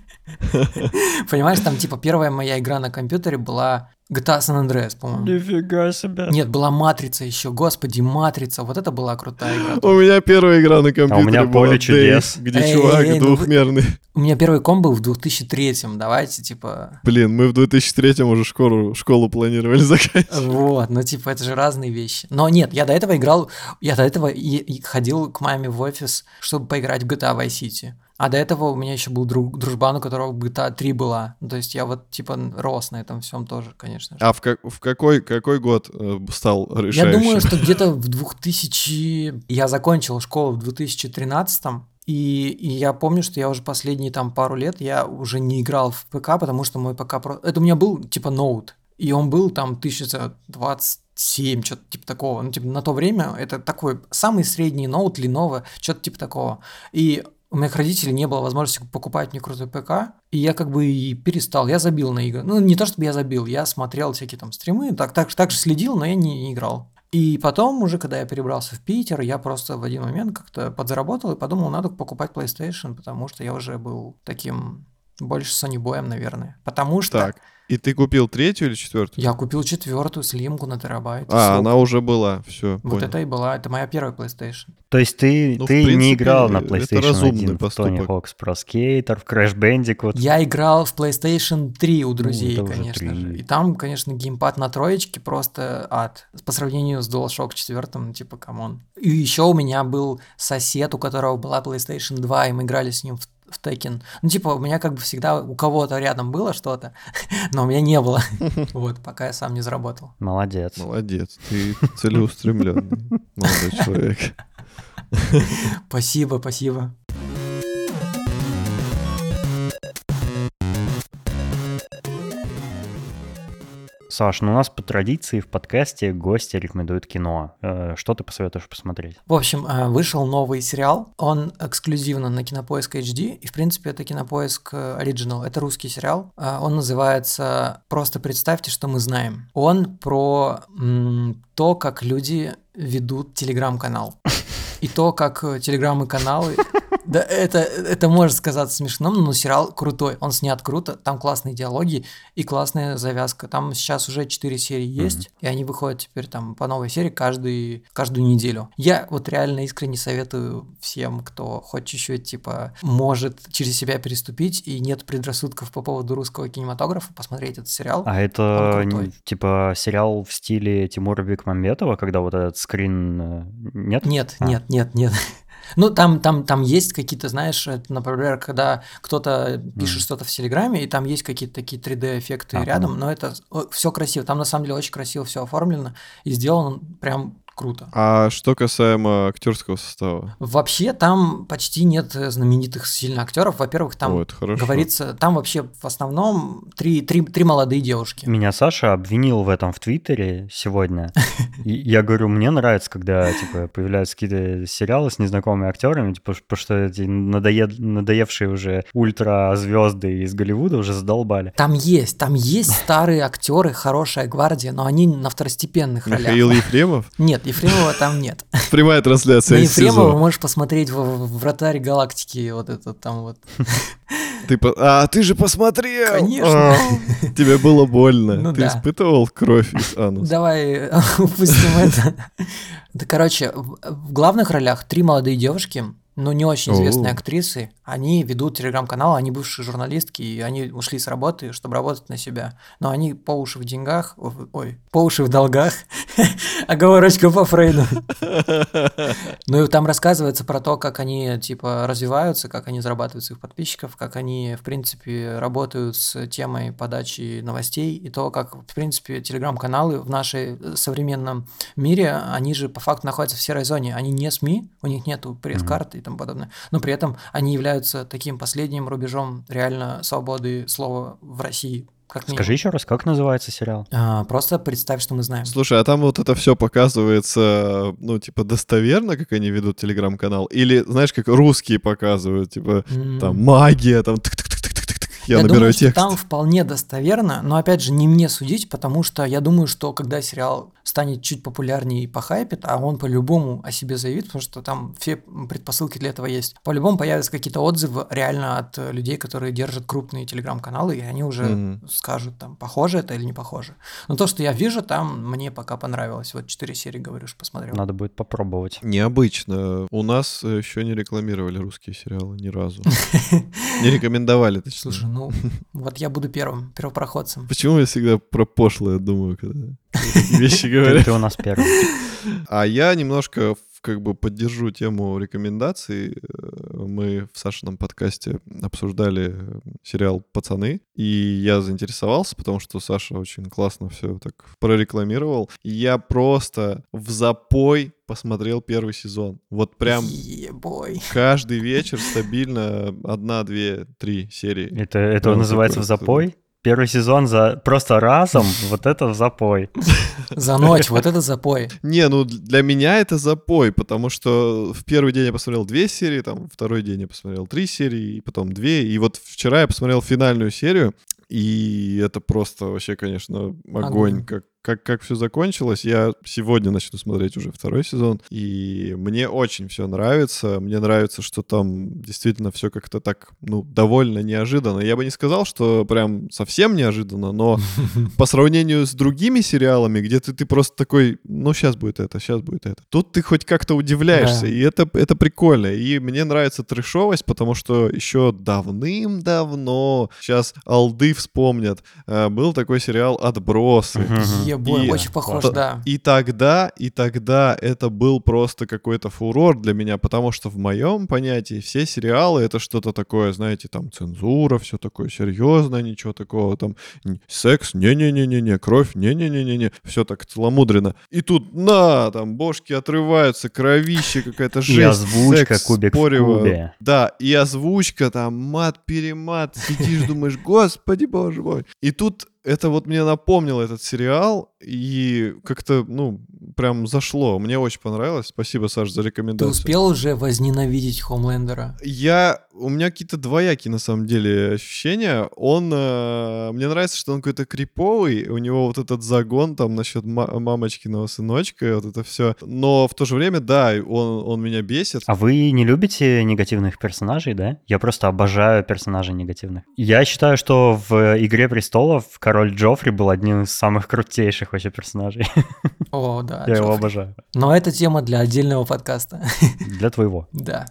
Понимаешь, там типа первая моя игра на компьютере была джи ти эй San Andreas, по-моему. Нифига себе. Нет, была Матрица еще, господи, Матрица, вот это была крутая игра. У меня первая игра на компьютере меня была «Поле Days, чудес». где Эй, чувак эй, ну вы- двухмерный. У меня первый комп был в две тысячи третьем, давайте, типа... Блин, мы в две тысячи третьем уже школу, школу планировали заканчивать. Вот, ну типа это же разные вещи. Но нет, я до этого играл, я до этого и, и ходил к маме в офис, чтобы поиграть в джи ти эй Vice City. А до этого у меня еще был друг, дружбан, у которого джи ти эй три была. Ну, то есть я вот типа рос на этом всем тоже, конечно же. А в, как, в какой, какой год э, стал Я решающим? думаю, что где-то в двухтысячном... Я закончил школу в две тысячи тринадцатом, и, и я помню, что я уже последние там пару лет я уже не играл в ПК, потому что мой ПК... Про... Это у меня был типа ноут, и он был там тысяча двадцать семь, что-то типа такого. Ну, типа на то время это такой самый средний ноут, Lenovo, что-то типа такого. И у моих родителей не было возможности покупать мне крутой ПК, и я как бы и перестал, я забил на игры. Ну, не то чтобы я забил, я смотрел всякие там стримы, так, так, так же следил, но я не, не играл. И потом уже, когда я перебрался в Питер, я просто в один момент как-то подзаработал и подумал, надо покупать PlayStation, потому что я уже был таким больше сонибоем, наверное. Потому что... Так, И ты купил третью или четвертую? Я купил четвертую слимку на терабайт. А, она уже была, все. Вот это и была, это моя первая PlayStation. То есть ты, Ну, в ты не принципе, играл на это PlayStation разумный один в Tony поступок. Hawk's Pro Skater, в Crash Bandicoot? Я играл в PlayStation три у друзей, это уже конечно три. же. И там, конечно, геймпад на троечке просто ад. По сравнению с DualShock четыре, типа, камон. И еще у меня был сосед, у которого была PlayStation два, и мы играли с ним в в Tekken. Ну, типа, у меня как бы всегда у кого-то рядом было что-то, но у меня не было. Вот, пока я сам не заработал. Молодец. Молодец, ты целеустремленный молодой человек. Спасибо, спасибо. Саш, ну у нас по традиции в подкасте гости рекомендуют кино. Э, Что ты посоветуешь посмотреть? В общем, э, вышел новый сериал, он эксклюзивно на Кинопоиск эйч ди, и, в принципе, это Кинопоиск Original, это русский сериал. Э, Он называется «Просто представьте, что мы знаем». Он про м, то, как люди ведут телеграм-канал. И то, как э, телеграм-каналы... Да, это, это может сказаться смешным, но сериал крутой. Он снят круто, там классные диалоги и классная завязка. Там сейчас уже четыре серии есть, mm-hmm. и они выходят теперь там по новой серии каждый, каждую неделю. Я вот реально искренне советую всем, кто хоть чуть-чуть, типа, может через себя переступить и нет предрассудков по поводу русского кинематографа, посмотреть этот сериал. А это не, типа сериал в стиле Тимура Бекмамбетова, когда вот этот скрин... Нет? Нет, а. нет, нет, нет. Ну, там, там, там есть какие-то, знаешь, например, когда кто-то пишет mm. что-то в Телеграме, и там есть какие-то такие три дэ-эффекты а, рядом, но это все красиво. Там на самом деле очень красиво все оформлено и сделано прям круто. А что касаемо актерского состава? Вообще там почти нет знаменитых сильно актеров. Во-первых, там О, говорится, там вообще в основном три, три, три молодые девушки. Меня Саша обвинил в этом в Твиттере сегодня. И я говорю, мне нравится, когда типа появляются какие-то сериалы с незнакомыми актерами, типа, потому что эти надоед... надоевшие уже ультразвезды из Голливуда уже задолбали. Там есть, там есть старые актеры, хорошая гвардия, но они на второстепенных ролях. Михаил Ефремов? Нет, Ефремова там нет. Прямая трансляция на из СИЗО. Ефремова можешь посмотреть в, в «Вратарь галактики», вот это там вот. Ты по... А, ты же посмотрел! Конечно. А, тебе было больно. Ну, ты да. испытывал кровь из ануса? Давай упустим это. Да, короче, в, в главных ролях три молодые девушки, но не очень известные О. актрисы. Они ведут телеграм-канал, они бывшие журналистки, и они ушли с работы, чтобы работать на себя. Но они по уши в деньгах, ой, по уши в долгах, оговорочка по Фрейду. Ну и там рассказывается про то, как они, типа, развиваются, как они зарабатывают своих подписчиков, как они, в принципе, работают с темой подачи новостей, и то, как, в принципе, телеграм-каналы в нашей современном мире, они же по факту находятся в серой зоне. Они не СМИ, у них нету пресс-карты и тому подобное, но при этом они являются таким последним рубежом реально свободы слова в России. Как Скажи еще раз, как называется сериал? А, просто представь, что мы знаем. Слушай, а там вот это все показывается, ну, типа, достоверно, как они ведут телеграм-канал? Или, знаешь, как русские показывают, типа, mm. там, магия, там, я, я думаю, текст. что там вполне достоверно, но, опять же, не мне судить, потому что я думаю, что когда сериал станет чуть популярнее и похайпит, а он по-любому о себе заявит, потому что там все предпосылки для этого есть, по-любому появятся какие-то отзывы реально от людей, которые держат крупные телеграм-каналы, и они уже mm-hmm. скажут, там, похоже это или не похоже. Но то, что я вижу, там мне пока понравилось. Вот четыре серии, говоришь, посмотрел. Надо будет попробовать. Необычно. У нас еще не рекламировали русские сериалы ни разу. Не рекомендовали, точнее. Слушай, ну, вот я буду первым, первопроходцем. Почему я всегда про пошлое думаю, когда такие вещи говорят? Ты у нас первый. А я немножко как бы поддержу тему рекомендаций. Мы в Сашином подкасте обсуждали сериал «Пацаны», и я заинтересовался, потому что Саша очень классно все так прорекламировал. И я просто в запой посмотрел первый сезон. Вот прям Е-бой. каждый вечер стабильно одна, две, три серии. Это, это называется в запой? Первый сезон за просто разом, вот это в запой. За ночь, вот это запой. Не, ну для меня это запой, потому что в первый день я посмотрел две серии, там второй день я посмотрел три серии, и потом две, и вот вчера я посмотрел финальную серию, и это просто вообще, конечно, огонь, огонь. Как, как, как все закончилось. Я сегодня начну смотреть уже второй сезон, и мне очень все нравится. Мне нравится, что там действительно все как-то так, ну, довольно неожиданно. Я бы не сказал, что прям совсем неожиданно, но по сравнению с другими сериалами, где ты, ты просто такой, ну, сейчас будет это, сейчас будет это. Тут ты хоть как-то удивляешься, Да. и это, это прикольно. И мне нравится трэшовость, потому что еще давным-давно, сейчас алды вспомнят, э, был такой сериал «Отбросы». Мгм. Ебой, И- очень похож, Та- да. И тогда, и тогда это был просто какой-то фурор для меня, потому что в моем понятии все сериалы — это что-то такое, знаете, там цензура, все такое серьезное, ничего такого, там н- секс, не-не-не-не-не, кровь, не-не-не-не-не, все так целомудренно. И тут, на, там бошки отрываются, кровище, какая-то жесть, И озвучка секс, кубик в спорево. кубе. Да, и озвучка, там, мат-перемат, сидишь, думаешь, господи, боже мой. И тут это вот мне напомнило этот сериал, и как-то, ну, прям зашло. Мне очень понравилось. Спасибо, Саш, за Ты рекомендацию. успел уже возненавидеть Хомлендера? Я... У меня какие-то двоякие, на самом деле, ощущения. Он... э, Мне нравится, что он какой-то криповый. У него вот этот загон там насчет ма- мамочкиного сыночка, и вот это все. Но в то же время, да, он, он меня бесит. А вы не любите негативных персонажей, да? Я просто обожаю персонажей негативных. Я считаю, что в «Игре престолов» король Джоффри был одним из самых крутейших вообще персонажей. О, да, Я его Джоффри. обожаю. Но это тема для отдельного подкаста. Для твоего. Да.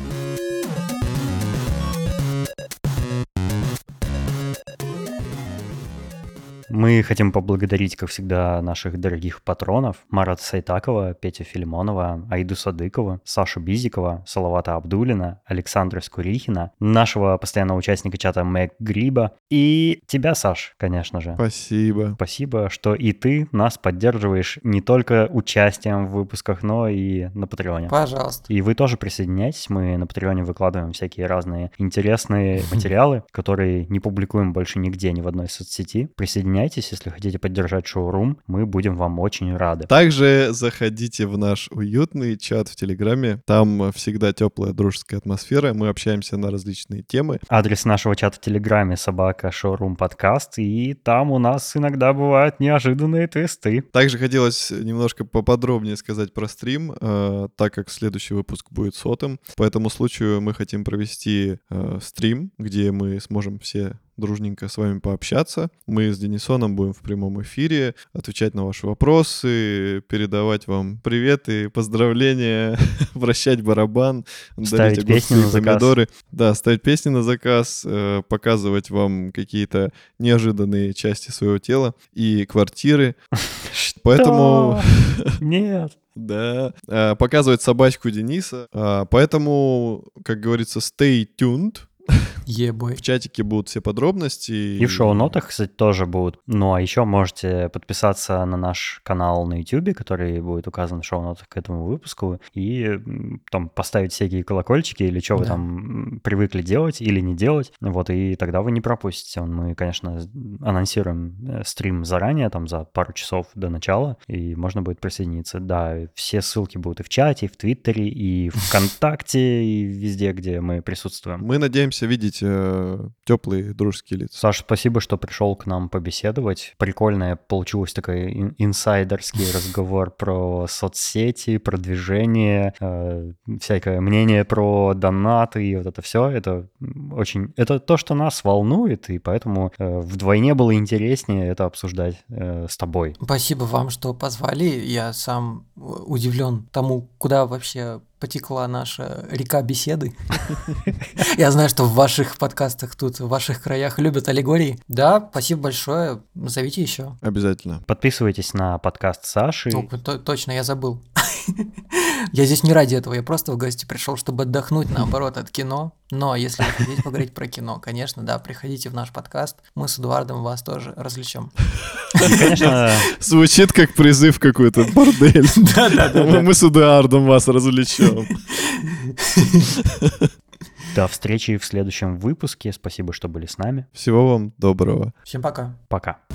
Мы хотим поблагодарить, как всегда, наших дорогих патронов: Марата Сайтакова, Петю Филимонова, Аиду Садыкова, Сашу Бизикова, Салавата Абдулина, Александра Скурихина, нашего постоянного участника чата Мэг Гриба и тебя, Саш, конечно же. Спасибо. Спасибо, что и ты нас поддерживаешь не только участием в выпусках, но и на Патреоне. Пожалуйста. И вы тоже присоединяйтесь, мы на Патреоне выкладываем всякие разные интересные материалы, которые не публикуем больше нигде, ни в одной соцсети. Присоединяйтесь, если хотите поддержать шоурум, мы будем вам очень рады. Также заходите в наш уютный чат в Телеграме. Там всегда теплая дружеская атмосфера. Мы общаемся на различные темы. Адрес нашего чата в Телеграме — собака шоурум подкаст, и там у нас иногда бывают неожиданные твисты. Также хотелось немножко поподробнее сказать про стрим, э, так как следующий выпуск будет сотым. По этому случаю мы хотим провести э, стрим, где мы сможем все дружненько с вами пообщаться. Мы с Денисоном будем в прямом эфире отвечать на ваши вопросы, передавать вам приветы, поздравления, вращать барабан, Ставить дарить песни огурцы на и заказ. помидоры. Да, ставить песни на заказ, э, показывать вам какие-то неожиданные части своего тела и квартиры. Поэтому... Нет. Да, э, показывать собачку Дениса. Э, Поэтому, как говорится, stay tuned. Ебой. В чатике будут все подробности. И в шоу-нотах, кстати, тоже будут. Ну, а еще можете подписаться на наш канал на YouTube, который будет указан в шоу-нотах к этому выпуску, и м, там поставить всякие колокольчики или что вы Да. там м, привыкли делать или не делать. Вот, и тогда вы не пропустите. Мы, конечно, анонсируем э, стрим заранее, там за пару часов до начала, и можно будет присоединиться. Да, все ссылки будут и в чате, и в Твиттере, и в ВКонтакте, и везде, где мы присутствуем. Мы надеемся видеть э, теплые дружеские лица. Саша, спасибо, что пришел к нам побеседовать. Прикольно получилось такой ин- инсайдерский разговор про соцсети, продвижение, э, всякое мнение про донаты и вот это все. Это очень, это то, что нас волнует, и поэтому э, вдвойне было интереснее это обсуждать э, с тобой. Спасибо вам, что позвали. Я сам э, удивлен тому, куда вообще потекла наша река беседы. Я знаю, что в ваших подкастах тут, в ваших краях любят аллегории. Да, спасибо большое. Зовите еще. Обязательно. Подписывайтесь на подкаст Саши. Ну, то- точно, я забыл. Я здесь не ради этого, я просто в гости пришел, чтобы отдохнуть, наоборот, от кино. Но если вы хотите поговорить про кино, конечно, да, приходите в наш подкаст. Мы с Эдуардом вас тоже развлечем. И, конечно, Звучит как призыв какой-то, бордель. Мы мы с Эдуардом вас развлечем. до встречи в следующем выпуске. Спасибо, что были с нами. Всего вам доброго. Всем пока. Пока.